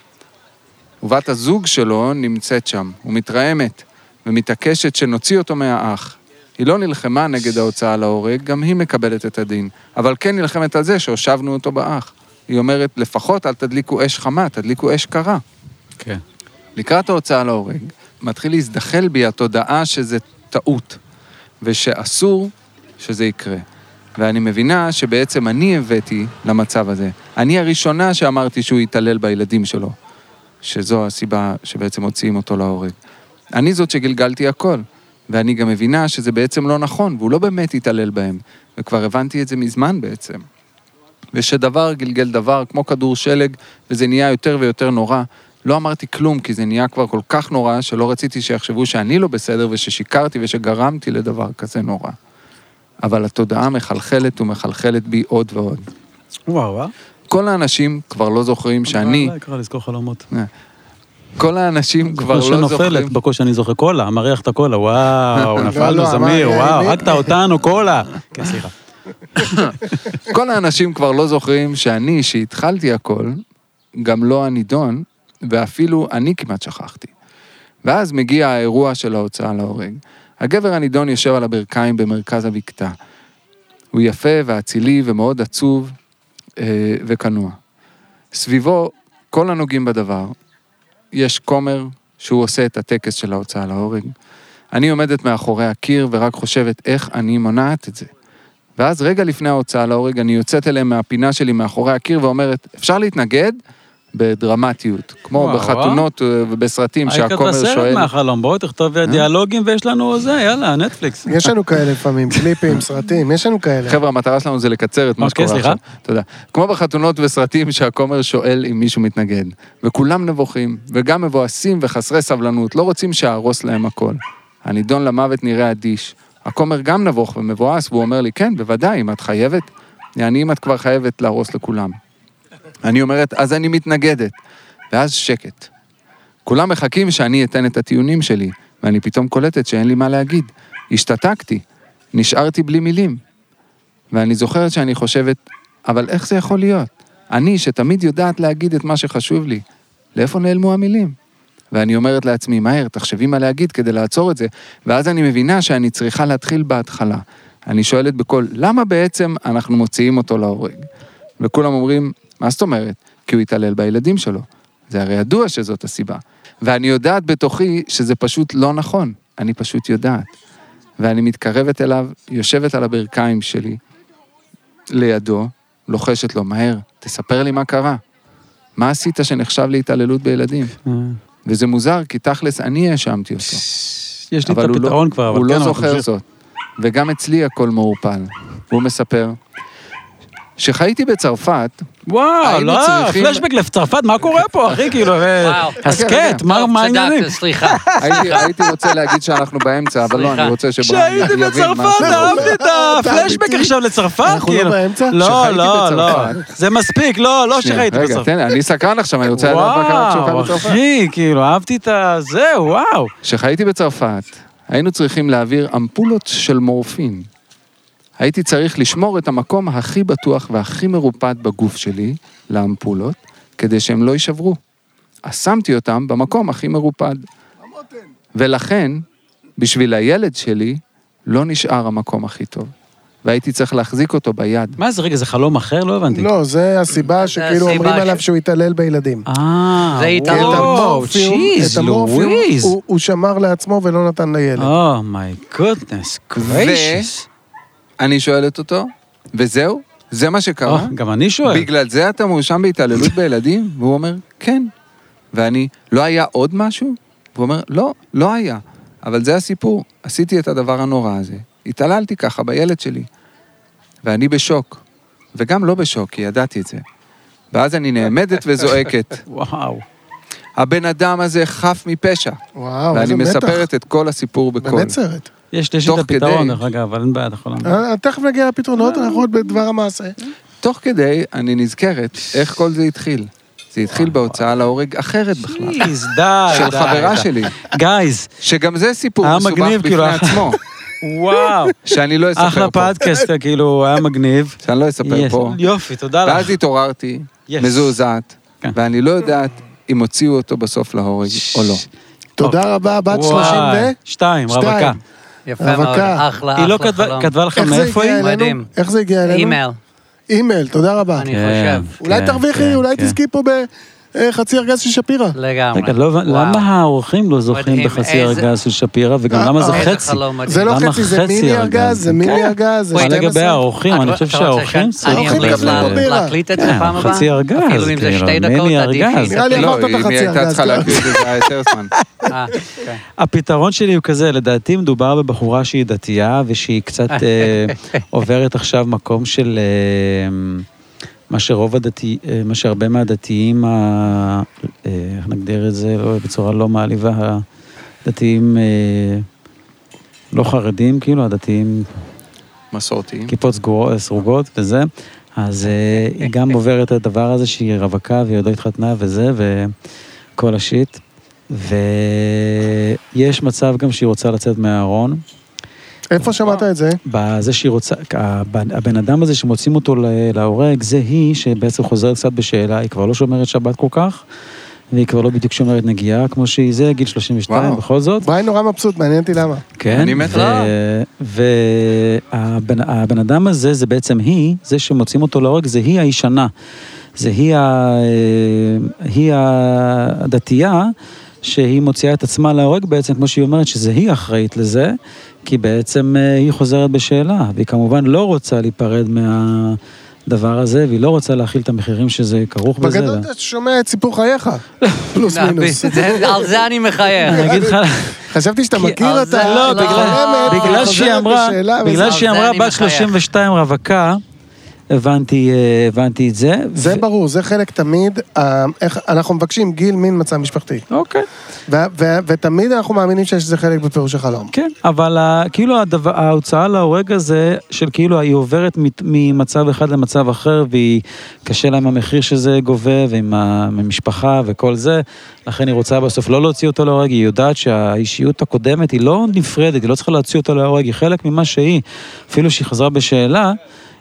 ובת הזוג שלו נמצאת שם, ומתרעמת, ומתעקשת שנוציא אותו מהאח. היא לא נלחמה נגד ההוצאה להורג, גם היא מקבלת את הדין, אבל כן נלחמת על זה שהושבנו אותו באח. היא אומרת, לפחות אל תדליקו אש חמה, תדליקו אש קרה. כן. לקראת ההוצאה להורג, מתחיל להזדחל בי התודעה שזה טעות, ושאסור שזה יקרה. ואני מבינה שבעצם אני הבאתי למצב הזה. אני הראשונה שאמרתי שהוא יתעלל בילדים שלו, שזו הסיבה שבעצם מוציאים אותו להורג. אני זאת שגלגלתי הכל, ואני גם מבינה שזה בעצם לא נכון, והוא לא באמת יתעלל בהם, וכבר הבנתי את זה מזמן בעצם. ושדבר גלגל דבר, כמו כדור שלג, וזה נהיה יותר ויותר נורא. לא אמרתי כלום, כי זה נהיה כבר כל כך נורא, שלא רציתי שיחשבו שאני לא בסדר, וששיקרתי ושגרמתי לדבר כזה נורא. אבל התודעה מחלחלת ומחלחלת בי עוד ועוד. וואו, וואו. כל האנשים כבר לא זוכרים שאני... לא יקרה לזכור חלומות. כל האנשים כבר לא זוכרים... שנופלת, בקושי אני זוכר קולה, מריח את הקולה, וואו, לא, נפלנו לא, זמיר, אמר, וואו, מי- הרגת אותנו, קולה. כן, סליחה. כל האנשים כבר לא זוכרים שאני, שהתחלתי הכל, גם לא הנידון, ואפילו אני כמעט שכחתי. ואז מגיע האירוע של ההוצאה להורג. הגבר הנידון יושב על הברכיים במרכז הבקתה. הוא יפה ואצילי ומאוד עצוב אה, וכנוע. סביבו, כל הנוגעים בדבר, יש כומר שהוא עושה את הטקס של ההוצאה להורג. אני עומדת מאחורי הקיר ורק חושבת איך אני מונעת את זה. ואז רגע לפני ההוצאה להורג, אני יוצאת אליהם מהפינה שלי מאחורי הקיר ואומרת, אפשר להתנגד? בדרמטיות, כמו וואו, בחתונות ובסרטים שהכומר היית שואל. בסרט מהחלום, בואו תכתוב דיאלוגים ויש לנו זה, יאללה, נטפליקס. יש לנו כאלה לפעמים, קליפים, סרטים, יש לנו כאלה. חבר'ה, המטרה שלנו זה לקצר את מה אוקיי, שקורה סליחה? עכשיו. תודה. כמו בחתונות וסרטים שהכומר שואל אם מישהו מתנגד. וכולם נבוכים, וגם מבואסים וחסרי סבלנות, לא רוצים שהרוס להם הכל. הנידון למוות נראה אדיש. הכומר גם נבוך ומבואס, והוא אומר לי, כן, בוודאי, אם את חייבת, יעני אם את כבר חייבת להרוס לכולם. אני אומרת, אז אני מתנגדת. ואז שקט. כולם מחכים שאני אתן את הטיעונים שלי, ואני פתאום קולטת שאין לי מה להגיד. השתתקתי, נשארתי בלי מילים. ואני זוכרת שאני חושבת, אבל איך זה יכול להיות? אני שתמיד יודעת להגיד את מה שחשוב לי. לאיפה נעלמו המילים? ואני אומרת לעצמי, מהר, תחשבי מה להגיד כדי לעצור את זה, ואז אני מבינה שאני צריכה להתחיל בהתחלה. אני שואלת בכל, למה בעצם אנחנו מוציאים אותו להורג? וכולם אומרים, מה זאת אומרת? כי הוא יתעלל בילדים שלו. זה הרי ידוע שזאת הסיבה. ואני יודעת בתוכי שזה פשוט לא נכון. אני פשוט יודעת. ואני מתקרבת אליו, יושבת על הברכיים שלי, לידו, לוחשת לו, מהר, תספר לי מה קרה. מה עשית שנחשב להתעללות בילדים? וזה מוזר, כי תכלס אני האשמתי אותו. יש לי את הפתרון כבר, אבל הוא כן, לא אבל זוכר תמשיך. זאת. וגם אצלי הכל מעורפל. הוא מספר, שחייתי בצרפת, וואו, היינו לא, צריכים- פלשבק לצרפת, מה קורה פה, אחי, כאילו, וואו. הסקט, מה מה העניינים? צדקת, סליחה. הייתי, הייתי רוצה להגיד שאנחנו באמצע, אבל לא, סליחה. אני רוצה שבריין כשהייתי יבין בצרפת, משהו. אהבתי את הפלשבק אמיתי? עכשיו לצרפת, אנחנו לא כאילו. באמצע? לא, כשחייתי לא, לא, בצרפת. זה מספיק, לא, לא שנייה, שחייתי רגע, בצרפת. תן לי, אני סקרן עכשיו, אני רוצה לדעת מה קרה כשחייתי וואו, בצרפת. אחי, כאילו, אהבתי את זה, וואו. כשחייתי בצרפת, היינו צריכים להעביר אמפולות של מורפין. הייתי צריך לשמור את המקום הכי בטוח והכי מרופד בגוף שלי, לאמפולות, כדי שהם לא יישברו. אז שמתי אותם במקום הכי מרופד. ולכן, בשביל הילד שלי, לא נשאר המקום הכי טוב. והייתי צריך להחזיק אותו ביד. מה זה, רגע, זה חלום אחר? לא הבנתי. לא, זה הסיבה שכאילו הסיבה אומרים ש- עליו שהוא התעלל בילדים. אה, זה התעללות. את וואו, המורפיום, ג'יז, את המורפיום, לואיז. הוא- הוא שמר לעצמו ולא נתן לילד. Oh my goodness, gracious. אני שואלת אותו, וזהו? זה מה שקרה? Oh, גם אני שואל. בגלל זה אתה מואשם בהתעללות בילדים? והוא אומר, כן. ואני, לא היה עוד משהו? והוא אומר, לא, לא היה. אבל זה הסיפור. עשיתי את הדבר הנורא הזה. התעללתי ככה בילד שלי. ואני בשוק. וגם לא בשוק, כי ידעתי את זה. ואז אני נעמדת וזועקת. וואו. הבן אדם הזה חף מפשע. וואו, ואני איזה מתח. מספרת את כל הסיפור בקול. באמת סרט. יש יש לי תוך את הפתרון, כדי- דרך אגב, אבל אין בעיה, אתה יכול להגיד. אה, תכף נגיע לפתרונות, אנחנו עוד בדבר המעשה. תוך כדי אני נזכרת איך כל זה התחיל. זה התחיל בהוצאה להורג אחרת בכלל. ג'יז, די, של די, חברה די. שלי. גייז, שגם זה סיפור היה מסובך מגניב, כאילו, בפני עצמו. וואו. שאני לא אספר אחלה פה. פודקאסט, כאילו, היה מגניב. שאני לא אספר יש, פה. יופי, תודה לך. ואז התעוררתי, Yes. מזועזעת, כן. ואני לא יודעת אם הוציאו אותו בסוף להורג או לא. תודה רבה, בת וואי, שלושים ו... שתיים, שתיים. רווקה. יפה מאוד, רווקה. אחלה, היא לא אחלה כתבה- חלום. כתבה לך איך זה מאיפה היא? הגיע אלינו? מדהים. איך זה הגיע אלינו? אימייל, אימייל, תודה רבה. אני כן. חושב. אולי כן, תרוויחי, כן, אולי כן. תזכי פה בחצי ארגז של שפירא. לגמרי. רגע, לא, וואו. למה האורחים לא זוכים מדהים, בחצי איזה- ארגז של שפירא, וגם אה, למה זה אה, איזה חצי? חלום מדהים. זה לא למה חצי, זה חצי מיני ארגז? ארגז, זה כן. מיני ארגז, זה מה שתים עשרה. לגבי האורחים? אני אתה חושב רוצה שהאורחים שאני צריכים האורחים אמליץ יקבלו לה- פה בירה. להקליט את זה כן, פעם הבאה? חצי ארגז, אפילו אם זה כאילו, שתי דקות, מיני עדיף ארגז. לי. נראה לי לא, עברת את אם החצי היא הייתה ארגז. צריכה כן. להקליט את זה היה יותר זמן. אה, אוקיי. הפתרון שלי הוא כזה, לדעתי מדובר בבחורה שהיא דתייה, ושהיא קצת אה, עוברת עכשיו מקום של אה, מה שרוב הדתי, אה, מה שהרבה מהדתיים, ה- אה, איך נגדיר את זה, לא, בצורה לא מעליבה, הדתיים אה, לא חרדים, כאילו, הדתיים מסורתיים. כיפות סגורות, סרוגות וזה, אז אה, היא גם עוברת את הדבר הזה שהיא רווקה והיא עוד לא התחתנה וזה, וכל השיט. ויש מצב גם שהיא רוצה לצאת מהארון, איפה שמעת את זה? בזה שהיא רוצה, הבן, הבן אדם הזה שמוצאים אותו ל- להורג, זה היא שבעצם חוזרת קצת בשאלה, היא כבר לא שומרת שבת כל כך, והיא כבר לא בדיוק שומרת נגיעה, כמו שהיא זה, גיל שלושים ושתיים, וואו. בכל זאת. בריין נורא מבסוט, מעניין אותי למה. כן, אני מת עליו. והבן הבן אדם הזה, זה בעצם היא, זה שמוצאים אותו להורג, זה היא הישנה. זה היא, ה, היא הדתייה, שהיא מוציאה את עצמה להורג בעצם, כמו שהיא אומרת, שזה היא אחראית לזה, כי בעצם היא חוזרת בשאלה, והיא כמובן לא רוצה להיפרד מהדבר הזה, והיא לא רוצה להכיל את המחירים שזה כרוך בזה. בגדול אתה שומע את סיפור חייך, פלוס מינוס. זה- על זה אני מחייך. אני אגיד לך, חשבתי שאתה כי מכיר על אותה, זה לא, את בגלל- החולמת, בגלל והיא שהיא חוזרת אמרה, בשאלה, בגלל וזה- שהיא על זה אמרה אני בת מחייך. שלושים ושתיים רווקה, הבנתי, אה, הבנתי את זה. זה ו- ברור, זה חלק תמיד, אה, איך- אנחנו מבקשים גיל מין מצב משפחתי. אוקיי. ו- ו- ותמיד אנחנו מאמינים שיש לזה חלק בפירוש החלום. כן, אבל ה- כאילו הדבר, ההוצאה להורג הזה, של כאילו היא עוברת מת- ממצב אחד למצב אחר, והיא קשה לה עם המחיר שזה גובה, ועם המשפחה וכל זה, לכן היא רוצה בסוף לא להוציא אותו להורג, היא יודעת שהאישיות הקודמת היא לא נפרדת, היא לא צריכה להוציא אותו להורג, היא חלק ממה שהיא, אפילו שהיא חזרה בשאלה,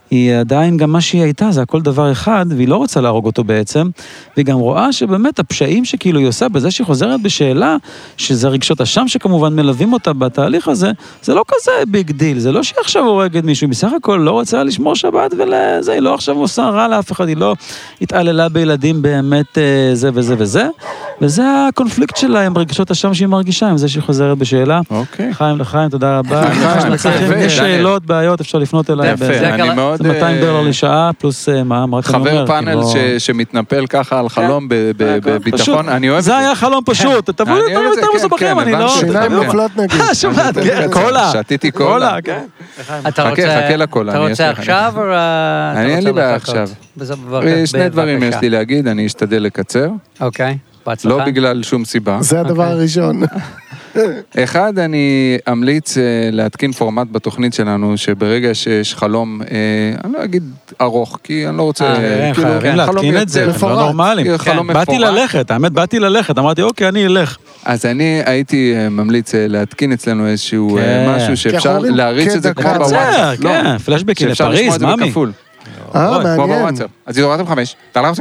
היא עדיין גם מה שהיא הייתה, זה הכל דבר אחד, והיא לא רוצה להרוג אותו בעצם, והיא גם רואה שבאמת הפשעים שכאילו היא עושה, בזה שהיא חוזרת בשאלה, שזה רגשות אשם שכמובן מלווים אותה בתהליך הזה, זה לא כזה ביג דיל, זה לא שהיא עכשיו הורגת מישהו, היא בסך הכל לא רוצה לשמור שבת ולזה, היא לא עכשיו עושה רע לאף אחד, היא לא התעללה בילדים באמת זה וזה וזה, וזה הקונפליקט שלה עם רגשות אשם שהיא מרגישה, עם זה שהיא חוזרת בשאלה. אוקיי. חיים לחיים, תודה רבה. יש שאלות, בעיות, אפשר לפנות אליי. יפה, אני מאוד... זה מאתיים דולר לשעה, פלוס מע"מ, רק אני אומר. חבר פאנל שמתנפל ככה על חלום בביטחון, אני אוהב את זה. זה היה חלום פשוט, תבואו יותר מסובכים, אני לא... שיניים נופלות נגיד. שמעת, קולה. שתיתי קולה. אתה חכה לקולה. אתה רוצה עכשיו או... אני אין לי בעיה עכשיו. שני דברים יש לי להגיד, אני אשתדל לקצר. אוקיי, בהצלחה. לא בגלל שום סיבה. זה הדבר הראשון. אחד, אני אמליץ להתקין פורמט בתוכנית שלנו, שברגע שיש חלום, אני לא אגיד ארוך, כי אני לא רוצה... חייבים להתקין את זה, זה לא נורמלי. באתי ללכת, האמת, באתי ללכת, אמרתי, אוקיי, אני אלך. אז אני הייתי ממליץ להתקין אצלנו איזשהו משהו שאפשר להריץ את זה כמו בוואטסאפ. כן, פלשבקים לפריז, מאמי. אה, מעניין. אז התעוררתם חמש,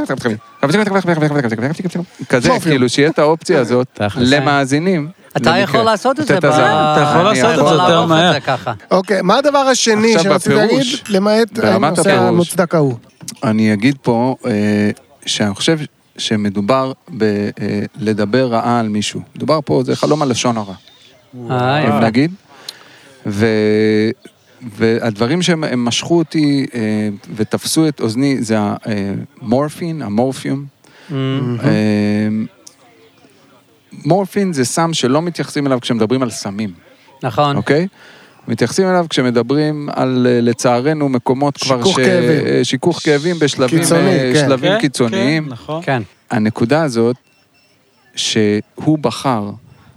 כזה, כאילו שיהיה את האופציה הזאת למאזינים. אתה יכול לעשות את זה. אתה יכול לעשות את זה יותר מהר. אוקיי, מה הדבר השני שרציתי להגיד, למעט הנושא המוצדק ההוא? אני אגיד פה שאני חושב שמדובר בלדבר רעה על מישהו. מדובר פה, זה חלום על לשון הרע. נגיד. והדברים שהם משכו אותי ותפסו את אוזני, זה המורפין, המורפיום. מורפין זה סם שלא מתייחסים אליו כשמדברים על סמים. נכון. אוקיי? מתייחסים אליו כשמדברים על, לצערנו, מקומות כבר ש... כאבים. שיכוך כאבים בשלבים קיצוני, כן. שלבים כן, קיצוניים. כן, נכון. כן. הנקודה הזאת, שהוא בחר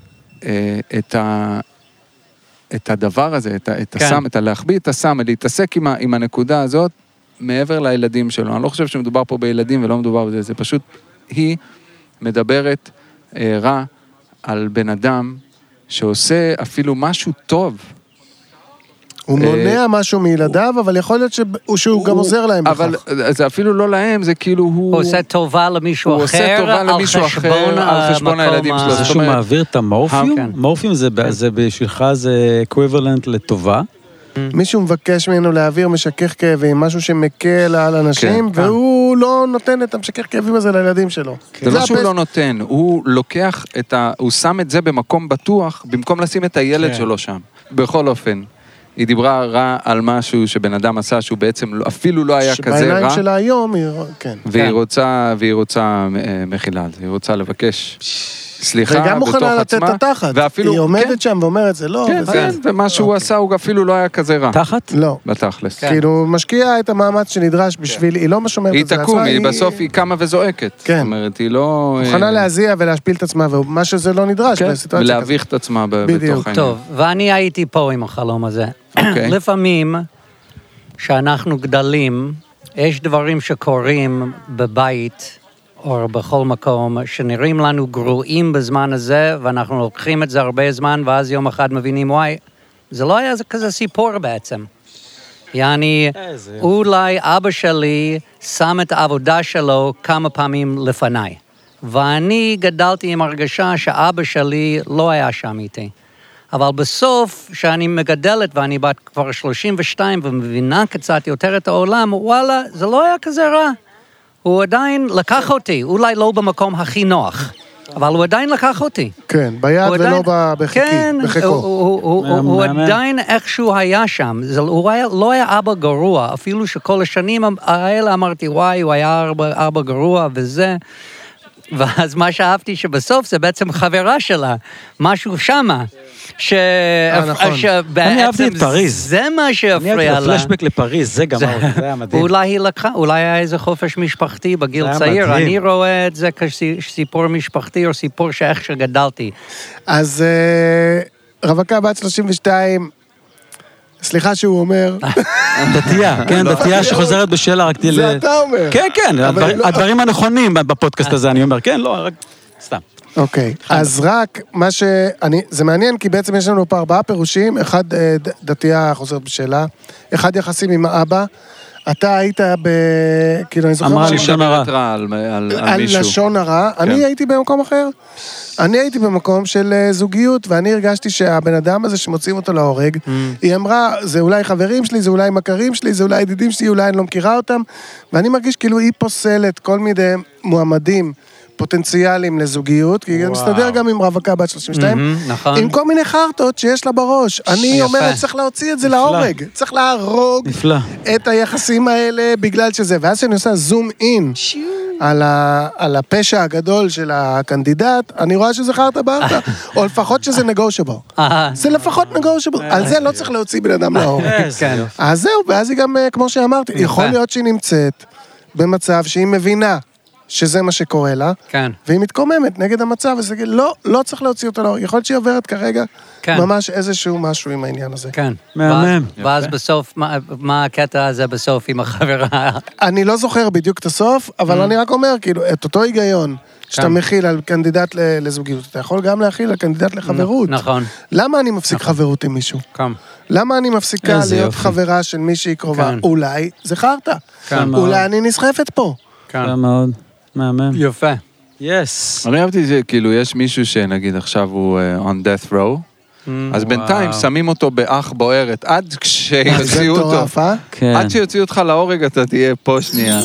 את ה... את הדבר הזה, את, את כן. הסם, את הלהחביא את הסם, להתעסק עם, עם הנקודה הזאת, מעבר לילדים שלו. אני לא חושב שמדובר פה בילדים ולא מדובר בזה, זה פשוט, היא מדברת אה, רע על בן אדם שעושה אפילו משהו טוב. הוא מונע משהו מילדיו, אבל יכול להיות שהוא גם עוזר להם בכך. אבל זה אפילו לא להם, זה כאילו הוא... הוא עושה טובה למישהו אחר, הוא עושה טובה למישהו אחר, על חשבון הילדים שלו. זה שהוא מעביר את המורפיום? מורפיום זה בשבילך זה אקוויוולנט לטובה? מישהו מבקש ממנו להעביר משכך כאבים, משהו שמקל על אנשים, והוא לא נותן את המשכך כאבים הזה לילדים שלו. זה לא שהוא לא נותן, הוא לוקח את ה... הוא שם את זה במקום בטוח, במקום לשים את הילד שלו שם. בכל אופן. היא דיברה רע על משהו שבן אדם עשה, שהוא בעצם אפילו לא היה כזה רע. שבעיניים שלה היום, כן. והיא רוצה, והיא רוצה מחילה, היא רוצה לבקש סליחה בתוך עצמה. וגם מוכנה לתת את התחת. היא עומדת שם ואומרת, זה לא. כן, כן, ומה שהוא עשה, הוא אפילו לא היה כזה רע. תחת? לא. בתכלס. כאילו, משקיעה את המאמץ שנדרש בשביל, היא לא משומרת את זה. היא תקום, היא בסוף היא קמה וזועקת. כן. זאת אומרת, היא לא... מוכנה להזיע ולהשפיל את עצמה, ומה שזה לא נדרש בסיטואציה כזאת. ולהביך את עצמה בתוך העניין. טוב, ואני הייתי פה עם החלום הזה. לפעמים, שאנחנו גדלים, יש דברים שקורים בבית, או בכל מקום, שנראים לנו גרועים בזמן הזה, ואנחנו לוקחים את זה הרבה זמן, ואז יום אחד מבינים, וואי, זה לא היה כזה סיפור בעצם. יעני, אולי אבא שלי שם את העבודה שלו כמה פעמים לפניי. ואני גדלתי עם הרגשה שאבא שלי לא היה שם איתי. אבל בסוף, שאני מגדלת, ואני בת כבר שלושים ושתיים, ומבינה קצת יותר את העולם, וואלה, זה לא היה כזה רע. הוא עדיין לקח אותי, אולי לא במקום הכי נוח, אבל הוא עדיין לקח אותי. כן, ביד ולא בחיקו. כן, הוא עדיין איכשהו היה שם. הוא לא היה אבא גרוע, אפילו שכל השנים האלה אמרתי, וואי, הוא היה אבא גרוע וזה. ואז מה שאהבתי שבסוף זה בעצם חברה שלה, משהו שמה. אני אהבתי את פריז. זה מה שהפריע לה. אני אהבתי לפלשבק לפריז, זה גמר, זה היה מדהים. אולי היא לקחה, אולי היה איזה חופש משפחתי בגיל צעיר, אני רואה את זה כסיפור משפחתי או סיפור שאיך שגדלתי. אז רווקה בת שלושים ושתיים, סליחה שהוא אומר. דתייה, כן, דתייה שחוזרת בשאלה רק תהיה... זה אתה אומר. כן, כן, הדברים הנכונים בפודקאסט הזה, אני אומר, כן, לא, רק סתם. אוקיי, אז רק מה ש... זה מעניין, כי בעצם יש לנו פה ארבעה פירושים, אחד דתייה חוזרת בשאלה, אחד יחסים עם האבא, אתה היית ב... כאילו, אני זוכר... אמרה שהיא לשון הרע. מדברת רע על, על, על על מישהו. לשון הרע. אני הייתי במקום אחר. אני הייתי במקום של אה, זוגיות, ואני הרגשתי שהבן אדם הזה שמוצאים אותו להורג, היא אמרה, זה אולי חברים שלי, זה אולי מכרים שלי, זה אולי ידידים שלי, אולי אני לא מכירה אותם, ואני מרגיש כאילו היא פוסלת כל מיני מועמדים פוטנציאליים לזוגיות, כי זה מסתדר גם עם רווקה בת שלושים ושתיים, נכון. עם כל מיני חרטות שיש לה בראש. אני יפה. אומרת, צריך להוציא את זה להורג, צריך להרוג נפלא. את היחסים האלה בגלל שזה, ואז שאני עושה זום אין על, ה, על הפשע הגדול של הקנדידט, אני רואה שזה חרטה ברטה, או לפחות שזה נגושבל. זה לפחות נגושבל, על זה לא צריך להוציא בן אדם להורג. כן. אז זהו, ואז היא גם, כמו שאמרתי, יכול להיות שהיא נמצאת במצב שהיא מבינה שזה מה שקורה לה, כן. והיא מתקוממת נגד המצב, וזה כאילו, לא, לא צריך להוציא אותה להורג, יכול להיות שהיא עוברת כרגע כן. ממש איזשהו משהו עם העניין הזה. כן. מהמם. ואז- ואז בסוף, מה- מה הקטע הזה בסוף עם החברה? אני לא זוכר בדיוק את הסוף, אבל אני רק אומר, כאילו, את אותו היגיון שאתה כן. מכיל על קנדידט ל- לזוגיות, אתה יכול גם להכיל על קנדידט לחברות. נכון. למה אני מפסיק חברות עם מישהו? כן. למה אני מפסיקה איזה להיות יופי. חברה של מישהי קרובה? כן. אולי זה חרטה. כן. אולי אני נסחפת פה. כן. זה מאוד מהמם. יפה. יס. אני אהבתי שכאילו יש מישהו שנגיד עכשיו הוא uh, on death row, אז בינתיים שמים אותו באח בוערת, עד זה כשיוציאו אותו. מטורף, אה? כן. עד שיוציאו אותך להורג אתה תהיה פה שנייה.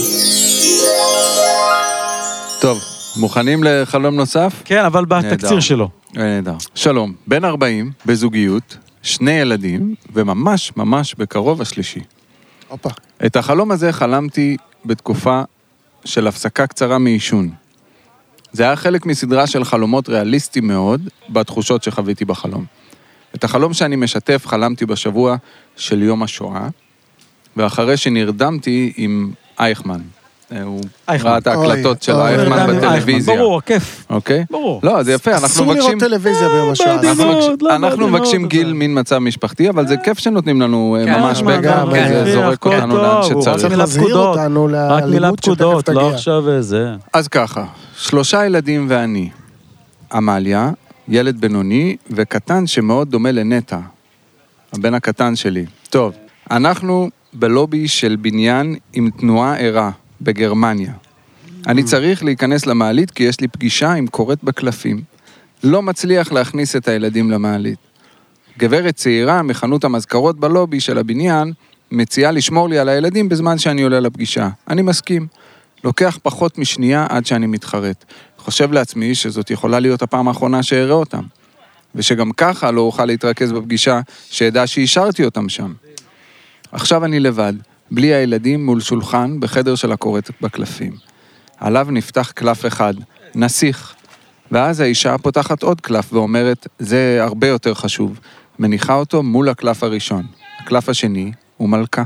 טוב, מוכנים לחלום נוסף? כן, אבל נהדר. בתקציר שלו. נהדר. שלום, בן ארבעים, בזוגיות, שני ילדים, וממש ממש בקרוב השלישי. הופה. את החלום הזה חלמתי בתקופה של הפסקה קצרה מעישון. זה היה חלק מסדרה של חלומות ריאליסטיים מאוד, בתחושות שחוויתי בחלום. את החלום שאני משתף חלמתי בשבוע של יום השואה, ואחרי שנרדמתי עם אייכמן. הוא אייכמן. ראה את ההקלטות של אוי, אייכמן אוי, בטלוויזיה. ברור, כיף. אוקיי? ברור. לא, זה יפה, אנחנו אסור מבקשים... לראות טלוויזיה ביום השואה. בעדינות. אנחנו מבקשים- לא, אנחנו בעדינות, מבקשים זה. גיל מין מצב משפחתי, אבל זה כיף שנותנים לנו אה, כן, ממש כן, בגלל, כן, זה כן. זורק הכל אותנו טוב, לאן הוא שצריך. צריך מילה להזהיר פקודות. אותנו רק מילה לאלימות שתכף פקודות, לא תגיע. עכשיו איזה. אז ככה, שלושה ילדים ואני. עמליה, ילד בינוני וקטן שמאוד דומה לנטע, הבן הקטן שלי. טוב, אנחנו בלובי של בניין עם תנועה ערה בגרמניה. אני צריך להיכנס למעלית כי יש לי פגישה עם קוראת בקלפים. לא מצליח להכניס את הילדים למעלית. גברת צעירה מחנות המזכרות בלובי של הבניין מציעה לשמור לי על הילדים בזמן שאני עולה לפגישה. אני מסכים. לוקח פחות משנייה עד שאני מתחרט. חושב לעצמי שזאת יכולה להיות הפעם האחרונה שאראה אותם. ושגם ככה לא אוכל להתרכז בפגישה שידע שהשארתי אותם שם. עכשיו אני לבד, בלי הילדים מול שולחן בחדר של הקוראת בקלפים. עליו נפתח קלף אחד, נסיך. ואז האישה פותחת עוד קלף ואומרת, זה הרבה יותר חשוב. מניחה אותו מול הקלף הראשון. הקלף השני הוא מלכה.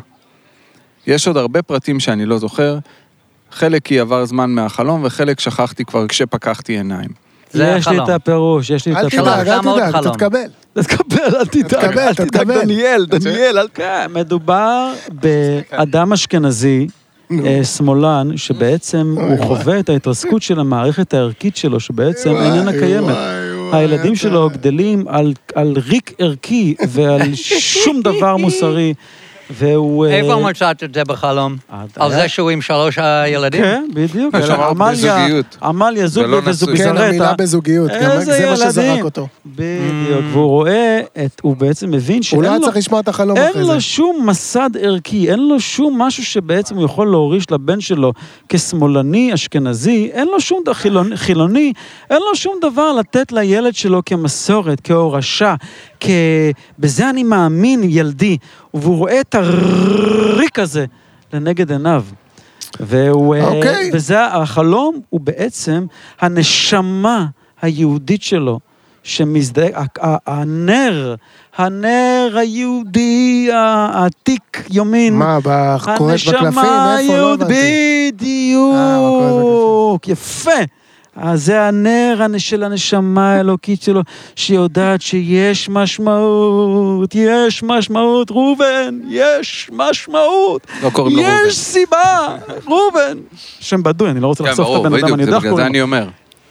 יש עוד הרבה פרטים שאני לא זוכר, חלק כי עבר זמן מהחלום וחלק שכחתי כבר כשפקחתי עיניים. זה יש לי החלום. את הפירוש, יש לי את אל הפירוש. תדאג, אל גם עוד תדאג, חלום. תתקבל. תתקבל, אל תדאג, תתקבל, אל תדאג, תתקבל. דניאל, דניאל, אל כן, מדובר באדם אשכנזי, אה, שמאלן, שבעצם הוא חווה את ההתרסקות של המערכת הערכית שלו, שבעצם איננה קיימת. הילדים שלו גדלים על, על ריק ערכי ועל שום דבר מוסרי, והוא... אה, איפה מצאת את זה בחלום? אה, על היה- זה שהוא עם שלוש הילדים? כן, בדיוק. יש שם עמליה- בזוגיות. עמליה זוג ולא וזוג נשוי. כן, זרטה. המילה בזוגיות, גם איזה זה מה שזרק ילדים. אותו. בדיוק, והוא רואה, את, הוא בעצם מבין הוא שאין לא היה לו... צריך לשמוע את החלום אין אחרי זה. לו שום מסד ערכי, אין לו שום משהו שבעצם הוא יכול להוריש לבן שלו כשמאלני, אשכנזי, אין לו שום דבר, חילוני, חילוני, אין לו שום דבר לתת לילד שלו כמסורת, כהורשה, כ... בזה אני מאמין, ילדי, והוא רואה את הריק הזה לנגד עיניו. והוא, אה, אוקיי. וזה החלום, הוא בעצם הנשמה היהודית שלו, שמזדהה, ה- ה- הנר, הנר היהודי העתיק יומין. מה, בקוראת בקלפים? הנשמה איפה? לא היהודית, הבנתי. אה, בדיוק, יפה. אז זה הנר של הנשמה האלוקית שלו, שיודעת שיש משמעות, יש משמעות, רובן, יש משמעות. לא קוראים לו ראובן. יש סיבה, רובן. שם בדוי, אני לא רוצה כן, לחשוף את ברור, הבן אדם, בדיוק, אני זה יודע איך בגלל זה קוראים אני לו. אומר.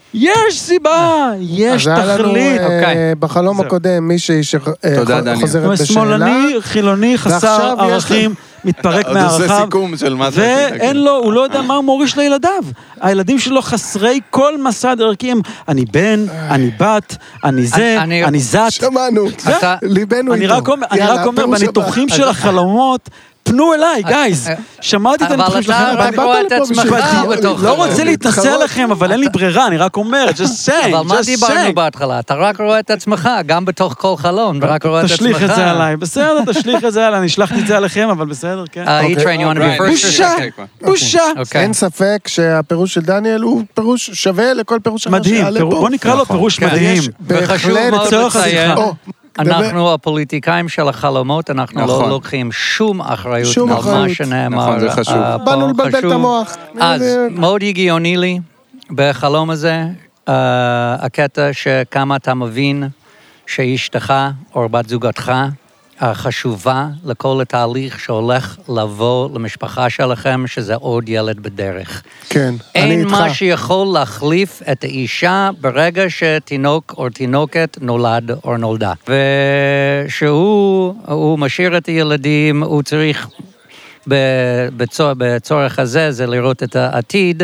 יש סיבה, יש אז היה לנו תכלית. אה, אוקיי. בחלום זהו. הקודם מישהי תודה, דניאל. שחוזרת בשאלה. שמאלני, חילוני, חסר ועכשיו יש ערכים, מתפרק עוד עושה מערכיו. סיכום של מה זה עשית, ואין לו, הוא לא יודע מה הוא מוריש לילדיו. הילדים שלו חסרי כל מסד ערכיים. אני בן, אני בת, אני זה, אני- אני זת. שמענו, אתה- ליבנו אני איתו. רק אומר, אני יאללה, רק אומר, פירוש הבא. בניתוחים של החלומות, פנו אליי, גייז. שמעתי את אבל הניתוחים אתה שלכם. רק רואה את באת לפה עצמך בשביל- בתוך לא חלום. רוצה להתנשא להתחרות. עליכם, אבל אין לי ברירה, אני רק אומר, just saying, אבל מה just דיברנו saying. בהתחלה? אתה רק רואה את עצמך, גם בתוך כל חלום, ורק רואה את עצמך. תשליך את זה עליי, בסדר, תשליך את זה עליי, אני השלחתי את זה עליכם, אבל בסדר, כן. Uh, אוקיי. E-Train, you want to be Right. first or בושה, second? בושה. אוקיי. אין ספק שהפירוש של דניאל הוא פירוש שווה לכל פירוש אחר מדהים, שיעלה פירוש- פה. בוא נקרא לו נכון. פירוש כן, מדהים. יש וחשוב בהחלט- מאוד לצורך לציין, השיחה. או, דבר- אנחנו הפוליטיקאים של החלומות, אנחנו נכון. לא לוקחים שום אחריות שום על מה אחריות. שנאמר. נכון, זה חשוב. אה, פה. באנו לבלבל את חשוב. המוח. אז מאוד הגיוני לי בחלום הזה, אה, הקטע שכמה אתה מבין שאשתך או בת זוגתך אה, חשובה לכל התהליך שהולך לבוא למשפחה שלכם, שזה עוד ילד בדרך. כן, אני אין איתך. מה שיכול להחליף את האישה ברגע שתינוק או תינוקת נולד או נולדה. ושהוא הוא משאיר את הילדים, הוא צריך בצורך, בצורך הזה, זה לראות את העתיד,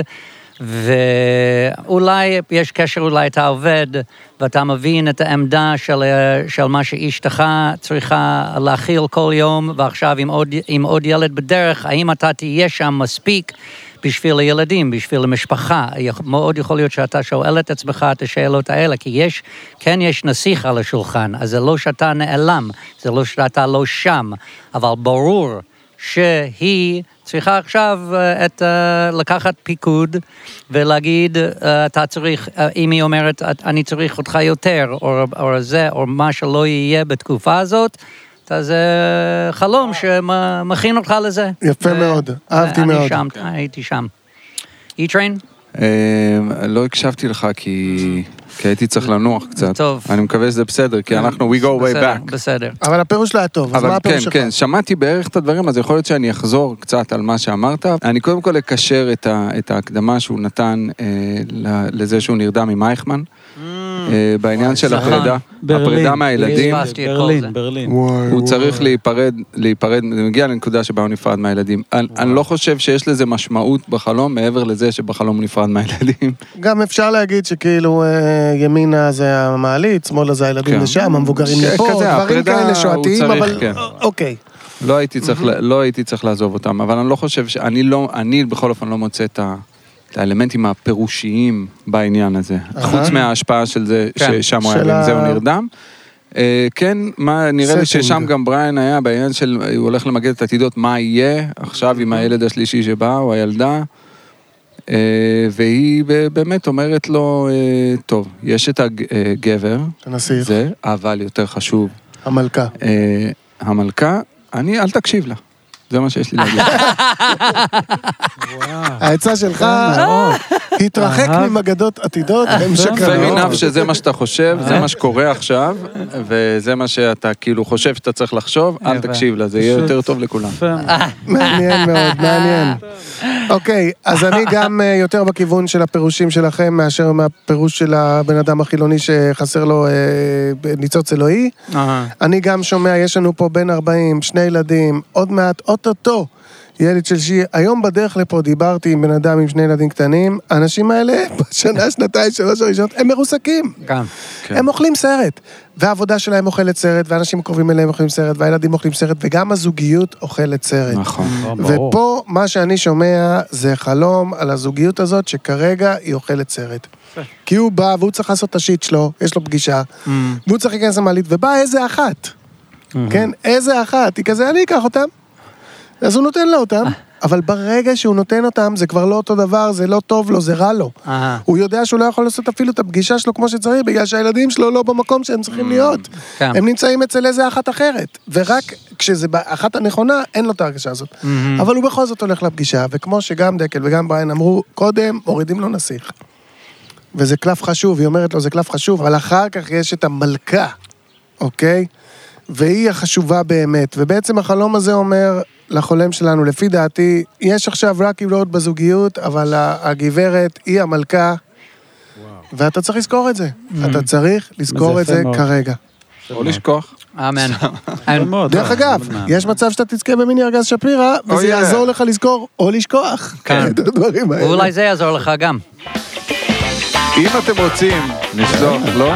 ואולי יש קשר, אולי אתה עובד, ואתה מבין את העמדה של, של מה שאשתך צריכה להכיל כל יום, ועכשיו עם עוד, עם עוד ילד בדרך, האם אתה תהיה שם מספיק בשביל הילדים, בשביל המשפחה? מאוד יכול להיות שאתה שואל את עצמך את השאלות האלה, כי יש, כן יש נסיך על השולחן, אז זה לא שאתה נעלם, זה לא שאתה לא שם, אבל ברור שהיא צריכה עכשיו את, לקחת פיקוד ולהגיד, אתה צריך, אם היא אומרת, אני צריך אותך יותר, או, או זה, או מה שלא יהיה בתקופה הזאת, אז זה חלום שמכין אותך לזה. יפה מאוד, אהבתי מאוד. אני שם, הייתי שם. E-Train? לא הקשבתי לך כי כי הייתי צריך לנוח קצת. טוב. אני מקווה שזה בסדר, כי אנחנו, we go way בסדר, back. בסדר. אבל הפירוש לא היה טוב, אז מה אבל כן, הפירוש שלך? כן, שמעתי בערך את הדברים, אז יכול להיות שאני אחזור קצת על מה שאמרת. אני קודם כל אקשר את ה- את ההקדמה שהוא נתן אה, ל- לזה שהוא נרדם עם אייכמן, אה, בעניין של נכון. הפרידה, ברלין. הפרידה מהילדים. פספסתי את כל זה. ברלין, ברלין. וואי, הוא וואי. צריך להיפרד, להיפרד, זה מגיע לנקודה שבה הוא נפרד מהילדים. אני, אני לא חושב שיש לזה משמעות בחלום, מעבר לזה שבחלום הוא נפרד מהילדים. גם אפשר להגיד שכאילו אה, ימינה זה המעלית, שמאלה זה הילדים כן. לשם, המבוגרים כן, לפה, כזה, דברים הפרידה כאלה הוא שועתיים, צריך, אבל כן. אוקיי. לא הייתי צריך, לא הייתי צריך לעזוב אותם, אבל אני לא חושב ש... אני לא, אני בכל אופן לא מוצא את ה... את האלמנטים הפירושיים בעניין הזה. חוץ מההשפעה של זה, כן. ששם הוא של היה, ה- עם זה הוא נרדם. אה, כן, מה, נראה לי Setting. ששם גם בריין היה בעניין של, הוא הולך למגד את העתידות, מה יהיה עכשיו עם הילד השלישי שבא, או הילדה, אה, והיא ב- באמת אומרת לו, אה, טוב, יש את הגבר, הנסיך, זה, אבל יותר חשוב, המלכה. אה, המלכה, אני, אל תקשיב לה. זה מה שיש לי להגיד. העצה שלך, התרחק ממגדות עתידות, הם fair שקרנות. enough שזה מה שאתה חושב, זה מה שקורה עכשיו, וזה מה שאתה כאילו חושב שאתה צריך לחשוב, אל תקשיב לה, זה יהיה יותר טוב לכולם. מעניין מאוד, מעניין. אוקיי, אז אני גם אה, יותר בכיוון של הפירושים שלכם, מאשר מהפירוש של הבן אדם החילוני שחסר לו אה, ניצוץ אלוהי. אני גם שומע, יש לנו פה בן ארבעים, שני ילדים, עוד מעט, אוטוטו, ילד של שי. היום בדרך לפה דיברתי עם בן אדם עם שני ילדים קטנים, האנשים האלה בשנה, שנתיים, שלוש הראשונות, הם מרוסקים. גם. כן. הם אוכלים סרט, והעבודה שלהם אוכלת סרט, ואנשים קרובים אליהם אוכלים סרט, והילדים אוכלים סרט, וגם הזוגיות אוכלת סרט. נכון. ופה מה שאני שומע זה חלום על הזוגיות הזאת, שכרגע היא אוכלת סרט. כי הוא בא והוא צריך לעשות את השיט שלו, יש לו פגישה, והוא צריך להיכנס למעלית, ובא איזה אחת, כן, איזה אחת, היא כזה, אני אקח אותם. אז הוא נותן לו אותם, אבל ברגע שהוא נותן אותם, זה כבר לא אותו דבר, זה לא טוב לו, זה רע לו. אה. הוא יודע שהוא לא יכול לעשות אפילו את הפגישה שלו כמו שצריך, בגלל שהילדים שלו לא במקום שהם צריכים להיות. כן. הם נמצאים אצל איזה אחת אחרת, ורק כשזה באחת הנכונה, אין לו את ההרגשה הזאת. אבל הוא בכל זאת הולך לפגישה, וכמו שגם דקל וגם בריין אמרו, קודם מורידים לו נסיך. וזה קלף חשוב, היא אומרת לו, זה קלף חשוב, אבל אחר כך יש את המלכה, אוקיי? והיא החשובה באמת, ובעצם החלום הזה אומר לחולם שלנו, לפי דעתי, יש עכשיו רק עילות בזוגיות, אבל הגברת היא המלכה, ואתה צריך לזכור את זה. אתה צריך לזכור את זה כרגע. או לשכוח. אמן. דרך אגב, יש מצב שאתה תזכה במיני ארגז שפירא, וזה יעזור לך לזכור או לשכוח. כן. את הדברים האלה. ואולי זה יעזור לך גם. אם אתם רוצים לשלוח, לא?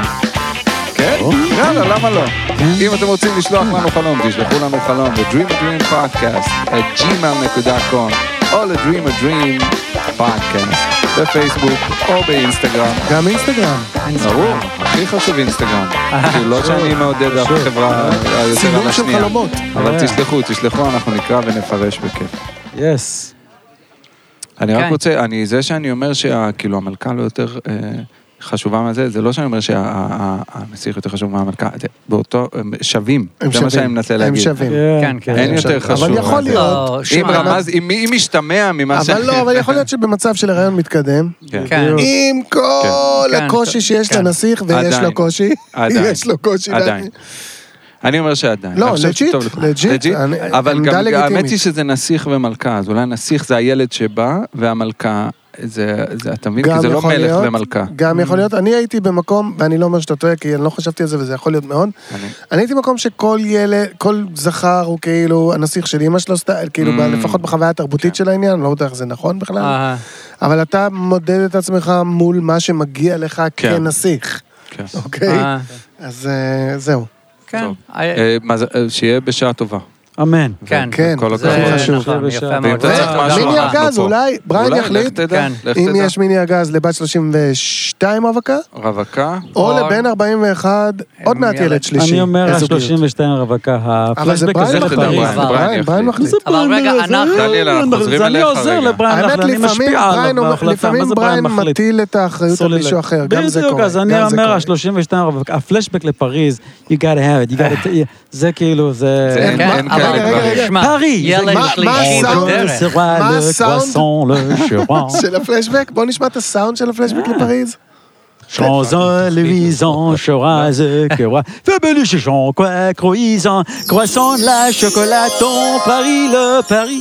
כן? יאללה, למה לא? אם אתם רוצים לשלוח לנו חלום, תשלחו לנו חלום ב-Dream a Dream Podcast at gmail dot com או ל-Dream a Dream Podcast בפייסבוק או באינסטגרם. גם אינסטגרם. ברור, הכי חשוב אינסטגרם. כאילו לא שאני מעודד אף חברה יותר צילום על של השנייה. חלומות. אבל תשלחו, תשלחו, אנחנו נקרא ונפרש בכיף. יס. אני רק כן. רוצה, אני, זה שאני אומר שכאילו המלכה לא יותר אה, חשובה מהזה, זה לא שאני אומר שהנסיך יותר חשוב מהמלכה, זה באותו, הם שווים, הם זה מה שאני שווים. מנסה הם להגיד. שווים. כן, כן. אין יותר חשוב. אבל יכול מהזה. להיות. לא, אם שמע, רמז, אם אם משתמע ממה ש... אבל לא, אבל יכול להיות שבמצב של הריון מתקדם, כן. כן. עם כל כן. הקושי שיש כן. לנסיך, ויש עדיין. לו קושי, עדיין. יש לו קושי. עדיין. אני אומר שעדיין. לא, אני חושב לג'יט, שטוב לך. לג'יט, אני- אבל עמדה גם לגיטימית. האמת היא שזה נסיך ומלכה, אז אולי הנסיך זה הילד שבא, והמלכה, זה, זה, אתה מבין? כי גם זה לא יכול מלך להיות, ומלכה. גם יכול להיות, אני הייתי במקום, ואני לא אומר שאתה טועה, כי אני לא חשבתי על זה, וזה יכול להיות מאוד, אני- אני הייתי במקום שכל ילד, כל זכר הוא כאילו הנסיך של אמא שלו, סטייל, כאילו, Mm. לפחות בחוויה התרבותית של העניין, אני לא יודע איך זה נכון בכלל, אה, אבל אתה מודד את עצמך מול מה שמגיע לך כן. כנסיך, כן. אוקיי? אה, אז אה, זהו. כן. טוב. אה, אה, מה זה- אה, שיהיה בשעה טובה. אמן. כן. כן, כל זה הכבוד. חשוב. נכון, יפה ואם מאוד. אתה צריך תודה משהו, מיני רבה. ארגז, פה. אולי בריין אולי, לך יחליט, תדע, כן. לך אם תדע. יש מיני ארגז לבת שלושים ושתיים רווקה, רווקה, או או- לבן ארבעים ואחת, עוד מעט ילד. ילד שלישי. אני אומר לזוגיות. ה-שלושים ושתיים רווקה, אבל זה הפלשבק בריין הזה לך תדע, לפריז. בריין, כבר. בריין בריין, בריין יחליט. מחליט. אבל רגע, אנחנו... דניאל, אנחנו חוזרים אני אליך עוזר רגע. לבריין האמת, להחליט, אני לפעמים משפיע עליו בריין אומר- בהחלטה, מה לפעמים זה בריין מחליט? מטיל את האחריות על סוללה. מישהו אחר, גם זה בדיוק, קורה. אז אני גם זה אומר, קורה. ה-שלושים ושתיים רווקה, הפלשבק לפריז, you gotta have it, you gotta... זה כאילו, זה... זה אין- כן, אין אבל כאלה רגע, דברים. רגע. שמע, פריז. ילד מה- מה שלישי הסאונד? בדרך. מה le הסאונד? croissant, le cheval. של הפלשבק? בוא נשמע את הסאונד של הפלשבק לפריז. Champs-Élysées, Cheraz, que roi. Fabuleux chichon, quoi, croissant, croissant, la chocolaton, Paris, le Paris.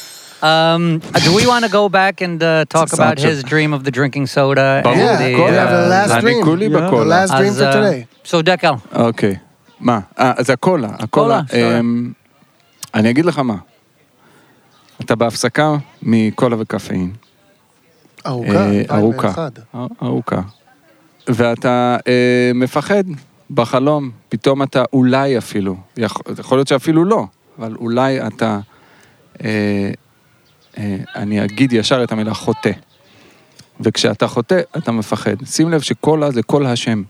Um, do we want to go back and uh, talk about his dream of the drinking soda? ברור, Yeah, and the, כל uh, ה- last אני dream. כולי Yeah. The בקולה. last dream אז, for uh, today. So דקל, אוקיי. מה? אה, אז הקולה. הקולה. קולה, אמ, אני אגיד לך מה. אתה בהפסקה מקולה וקפאין. ארוכה, אה, אלפיים ארוכה. ואחת. ארוכה. ואתה אה, מפחד בחלום, פתאום אתה אולי אפילו, יכול, יכול להיות שאפילו לא, אבל אולי אתה, אה, אה, אני אגיד ישר את המילה חוטא. וכשאתה חוטא, אתה מפחד. שים לב שקולה זה קול השם.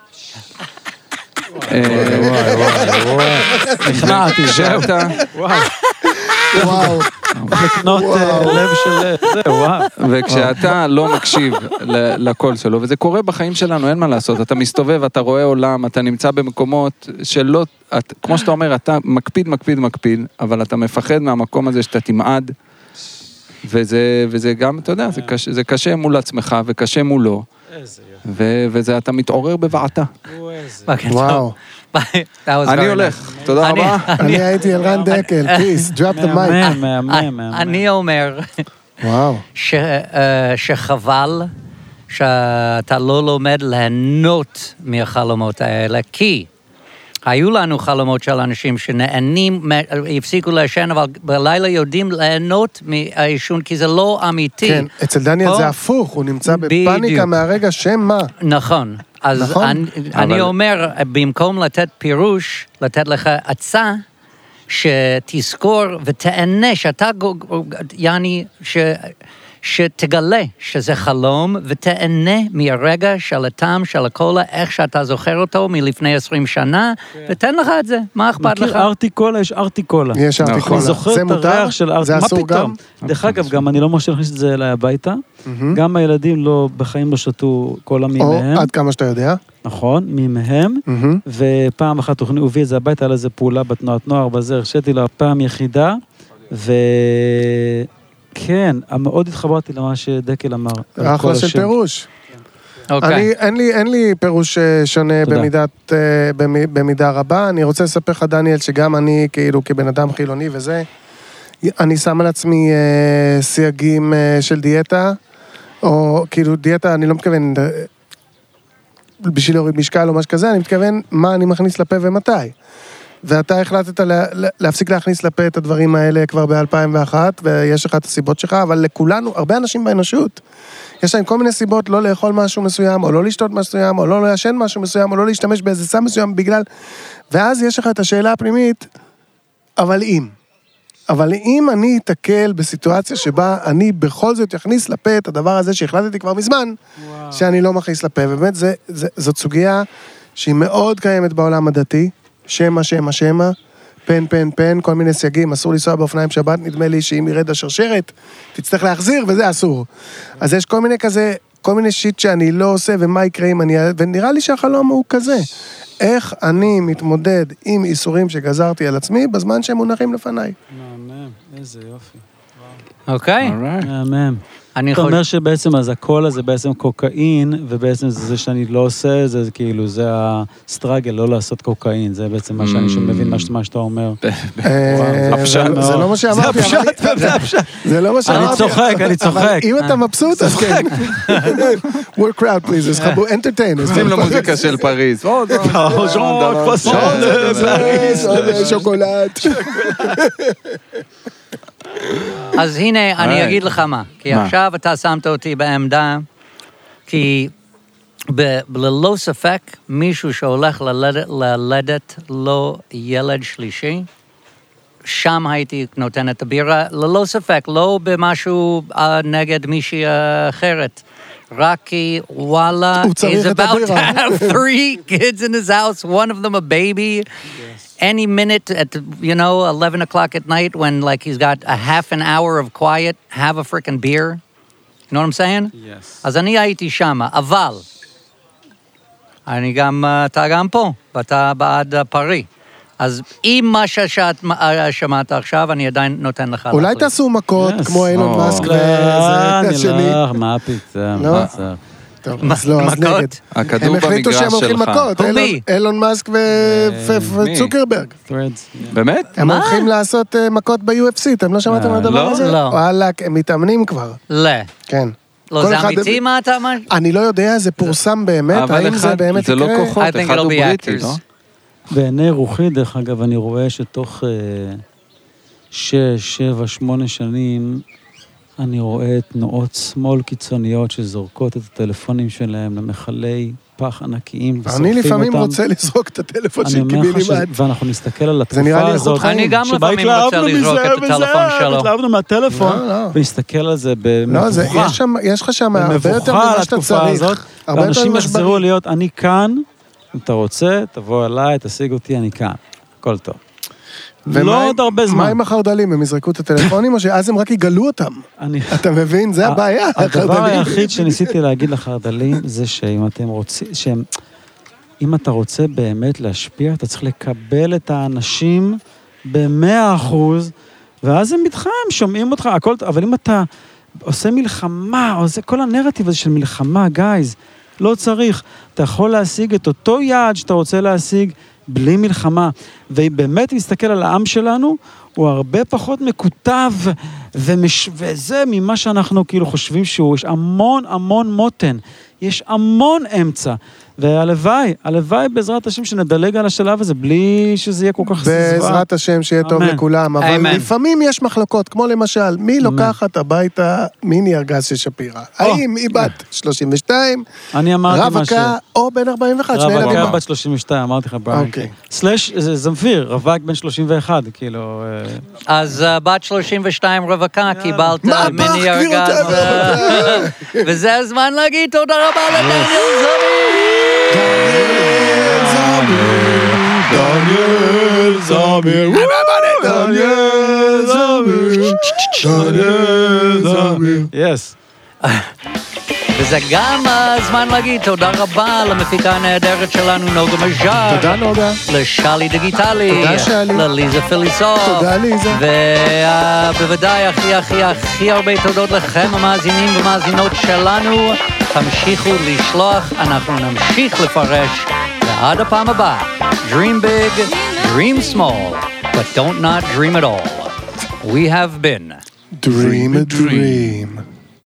נכנעתי, זהו. כשאתה, וואו, לקנות אה, לב של... זהו, וואו. וכשאתה לא מקשיב ל- לקול שלו, וזה קורה בחיים שלנו, אין מה לעשות, אתה מסתובב, אתה רואה עולם, אתה נמצא במקומות שלא, את, כמו שאתה אומר, אתה מקפיד, מקפיד, מקפיד, אבל אתה מפחד מהמקום הזה שאתה תמעד, וזה, וזה גם, אתה יודע, זה קשה, זה קשה מול עצמך וקשה מולו, ו, וזה, אתה מתעורר בבעתה. וואו. אני הולך, תודה אני- רבה. אני הייתי אלרן דקל, please, drop the mic. מהמם, מהמם, מהמם. אני אומר וואו. ש- אה, שחבל שאתה לא לומד ליהנות מהחלומות האלה, כי היו לנו חלומות של אנשים שנהנים, הפסיקו לעשן, אבל בלילה יודעים ליהנות מהעישון, כי זה לא אמיתי. כן, אצל דניאל פה- זה הפוך, הוא נמצא בדיוק. בפאניקה מהרגע שמה. נכון. אז נכון? אני, אבל- אני אומר, במקום לתת פירוש, לתת לך עצה, שתזכור ותענה, שאתה, גו- יעני, ש... שתגלה שזה חלום, ותענה מהרגע של הטעם של הקולה, איך שאתה זוכר אותו מלפני עשרים שנה, ותן לך את זה, מה אכפת לך? מכיר ארטי קולה? יש ארטי קולה. יש ארטי נכון. קולה. אני זוכר זה את מותר? הריח של ארטי. זה מה אסור פתאום? גם? דרך אגב, גם אני לא מרשה להכניס את זה אליי הביתה. גם הילדים לא, בחיים לא שתו קולה או מימיהם. עד כמה שאתה יודע. נכון, מימיהם. מהמם. ופעם אחת הוא הביא את זה הביתה, על איזה פעולה בתנועת נוער, בזה הרשיתי לו פעם יחידה, וכן, מאוד התחברתי למה שדקל אמר. על כל אחלה של השם. פירוש. אוקיי. אני, אין לי, אין לי פירוש אה, שונה תודה. במידת, אה, במי- במידה רבה. אני רוצה לספר לך, דניאל, שגם אני, כאילו, כבן אדם חילוני וזה, אני שם על עצמי אה, סייגים אה, של דיאטה, או כאילו דיאטה, אני לא מתכוון, אה, בשביל להוריד משקל או משהו כזה, אני מתכוון מה אני מכניס לפה ומתי. ואתה החלטת לה, להפסיק להכניס לפה את הדברים האלה כבר ב-אלפיים ואחת, ויש לך את הסיבות שלך, אבל לכולנו, הרבה אנשים באנושות, יש להם כל מיני סיבות לא לאכול משהו מסוים, או לא לשתות משהו מסוים, או לא להשן משהו מסוים, או לא להשתמש באיזה סם מסוים בגלל... ואז יש לך את השאלה הפנימית, אבל אם. אבל אם אני אתקל בסיטואציה שבה אני בכל זאת יכניס לפה את הדבר הזה שהחלטתי כבר מזמן, וואו. שאני לא מכניס לפה, ובאמת זה, זה, זאת סוגיה שהיא מאוד קיימת בעולם הדתי, שמה, שמה, שמה, פן, פן, פן, כל מיני סייגים, אסור לנסוע באופניים שבת, נדמה לי שאם ירד השרשרת, תצטרך להחזיר, וזה אסור. אז יש כל מיני כזה, כל מיני שיט שאני לא עושה, ומה יקרה אם אני... ונראה לי שהחלום הוא כזה. איך אני מתמודד עם איסורים שגזרתי על עצמי, בזמן שהם מונחים לפניי. מהמם, איזה יופי. אוקיי. מהמם. אני אתה חושב... אומר שבעצם, אז הכל הזה בעצם קוקאין, ובעצם זה שאני לא עושה, זה כאילו, זה הסטרגל, לא לעשות קוקאין, זה בעצם מה שאני מבין, מה שאתה אומר. זה לא מה שאמרתי. זה הפשט, זה הפשט. זה לא מה שאמרתי. אני צוחק, אני צוחק. אבל אם אתה מבסוט, אז כן. Work crowd, please, אז חבו, entertain. שים לו מוזיקה של פריז. שוקולד. אז הנה, אני אגיד לך מה. כי עכשיו אתה שמת אותי בעמדה, כי ללא ספק, מישהו שהולך ללדת לו ילד שלישי, שם הייתי נותן את הבירה, ללא ספק, לא במשהו נגד מישהי אחרת. רק כי, וואלה, he's about to have three kids in his house, one of them a baby. Any minute at, you know, eleven o'clock at night when, like, he's got a half an hour of quiet, have a freaking beer. You know what I'm saying? Yes. אז אני הייתי שמה, אבל, אני גם, אתה גם פה, ואתה בעד פרי. אז אם מה שאת שמעת עכשיו, אני עדיין נותן לך להחליט. אולי תעשו מכות כמו אילון מאסק וזה השני. לא, מה פתאום, מה צריך. טוב, אז לא, אז נגד. הכדור הם החליטו שהם במגרש הולכים שלך. מכות, אילון מאסק וצוקרברג. באמת? הם הולכים לעשות מכות ב-יו אף סי, אתם לא שמעתם על הדבר הזה? לא. וואלה, הם מתאמנים כבר. לא. כן. לא, זה אמיתי מה אתה אמר? אני לא יודע, זה פורסם באמת, האם זה באמת יקרה? זה לא כוחות, I think אחד it'll הוא be בריטי, actors. לא? בעיני רוחי, דרך אגב, אני רואה שתוך שש, שבע, שמונה שנים, אני רואה תנועות שמאל קיצוניות שזורקות את הטלפונים שלהם למחלי פח ענקיים ושורפים אותם. אני לפעמים רוצה לזרוק את הטלפון של קיבינימט. ואנחנו נסתכל על התקופה הזאת. אני גם לפעמים רוצה לזרוק את הטלפון שלו. התלהבנו מהטלפון, ונסתכל על זה במבוכה. יש לך שם הרבה יותר ממה שאתה צריך. ואנשים יחזרו להיות, אני כאן, אם אתה רוצה, תבוא אליי, תשיג אותי, אני כאן. הכל טוב. לא עוד הרבה זמן. מה עם החרדלים? הם יזרקו את הטלפונים, או שאז הם רק יגלו אותם? אתה מבין? זה הבעיה, החרדלים. הדבר היחיד שניסיתי להגיד לחרדלים, זה שאם אתם רוצים, שאם אתה רוצה באמת להשפיע, אתה צריך לקבל את האנשים במאה אחוז, ואז הם איתך, הם שומעים אותך, הכל, אבל אם אתה עושה מלחמה, או זה כל הנרטיב הזה של מלחמה, גייז, לא צריך. אתה יכול להשיג את אותו יעד שאתה רוצה להשיג, בלי מלחמה, ובאמת מסתכל על העם שלנו, הוא הרבה פחות מקוטב, ומש... וזה ממה שאנחנו כאילו חושבים שהוא, יש המון המון מותן, יש המון אמצע, והלוואי, הלוואי בעזרת השם שנדלג על השלב הזה, בלי שזה יהיה כל כך סזווה. בעזרת השם שיהיה טוב לכולם, אבל לפעמים יש מחלוקות, כמו למשל, מי לוקחת הביתה מיני ארגז של שפירה? האם היא בת שלושים ושתיים, רווקה או בן ארבעים ואחת, שני ילדים? רווקה בת שלושים ושתיים, אמרתי לך בריין. סלש, זה זמפיר, רווק בן שלושים ואחת, כאילו... אז בת שלושים ושתיים רווקה, קיבלת מיני ארגז, וזה הזמן להגיד תודה רבה לדניאל זמיר. דניאל זמיר, דניאל זמיר, דניאל זמיר. יס. וזה גם הזמן להגיד תודה רבה למפיקה הנהדרת שלנו, נוגה מז'אר. תודה נוגה. לשלי דיגיטלי. תודה שלי. לליזה פיליסוף. תודה ליזה. ובוודאי הכי הכי הכי הרבה תודות לכם המאזינים ומאזינות שלנו. תמשיכו לשלוח, אנחנו נמשיך לפרש. ועד הפעם הבאה, dream big, dream small, but don't not dream at all. We have been Dream a dream.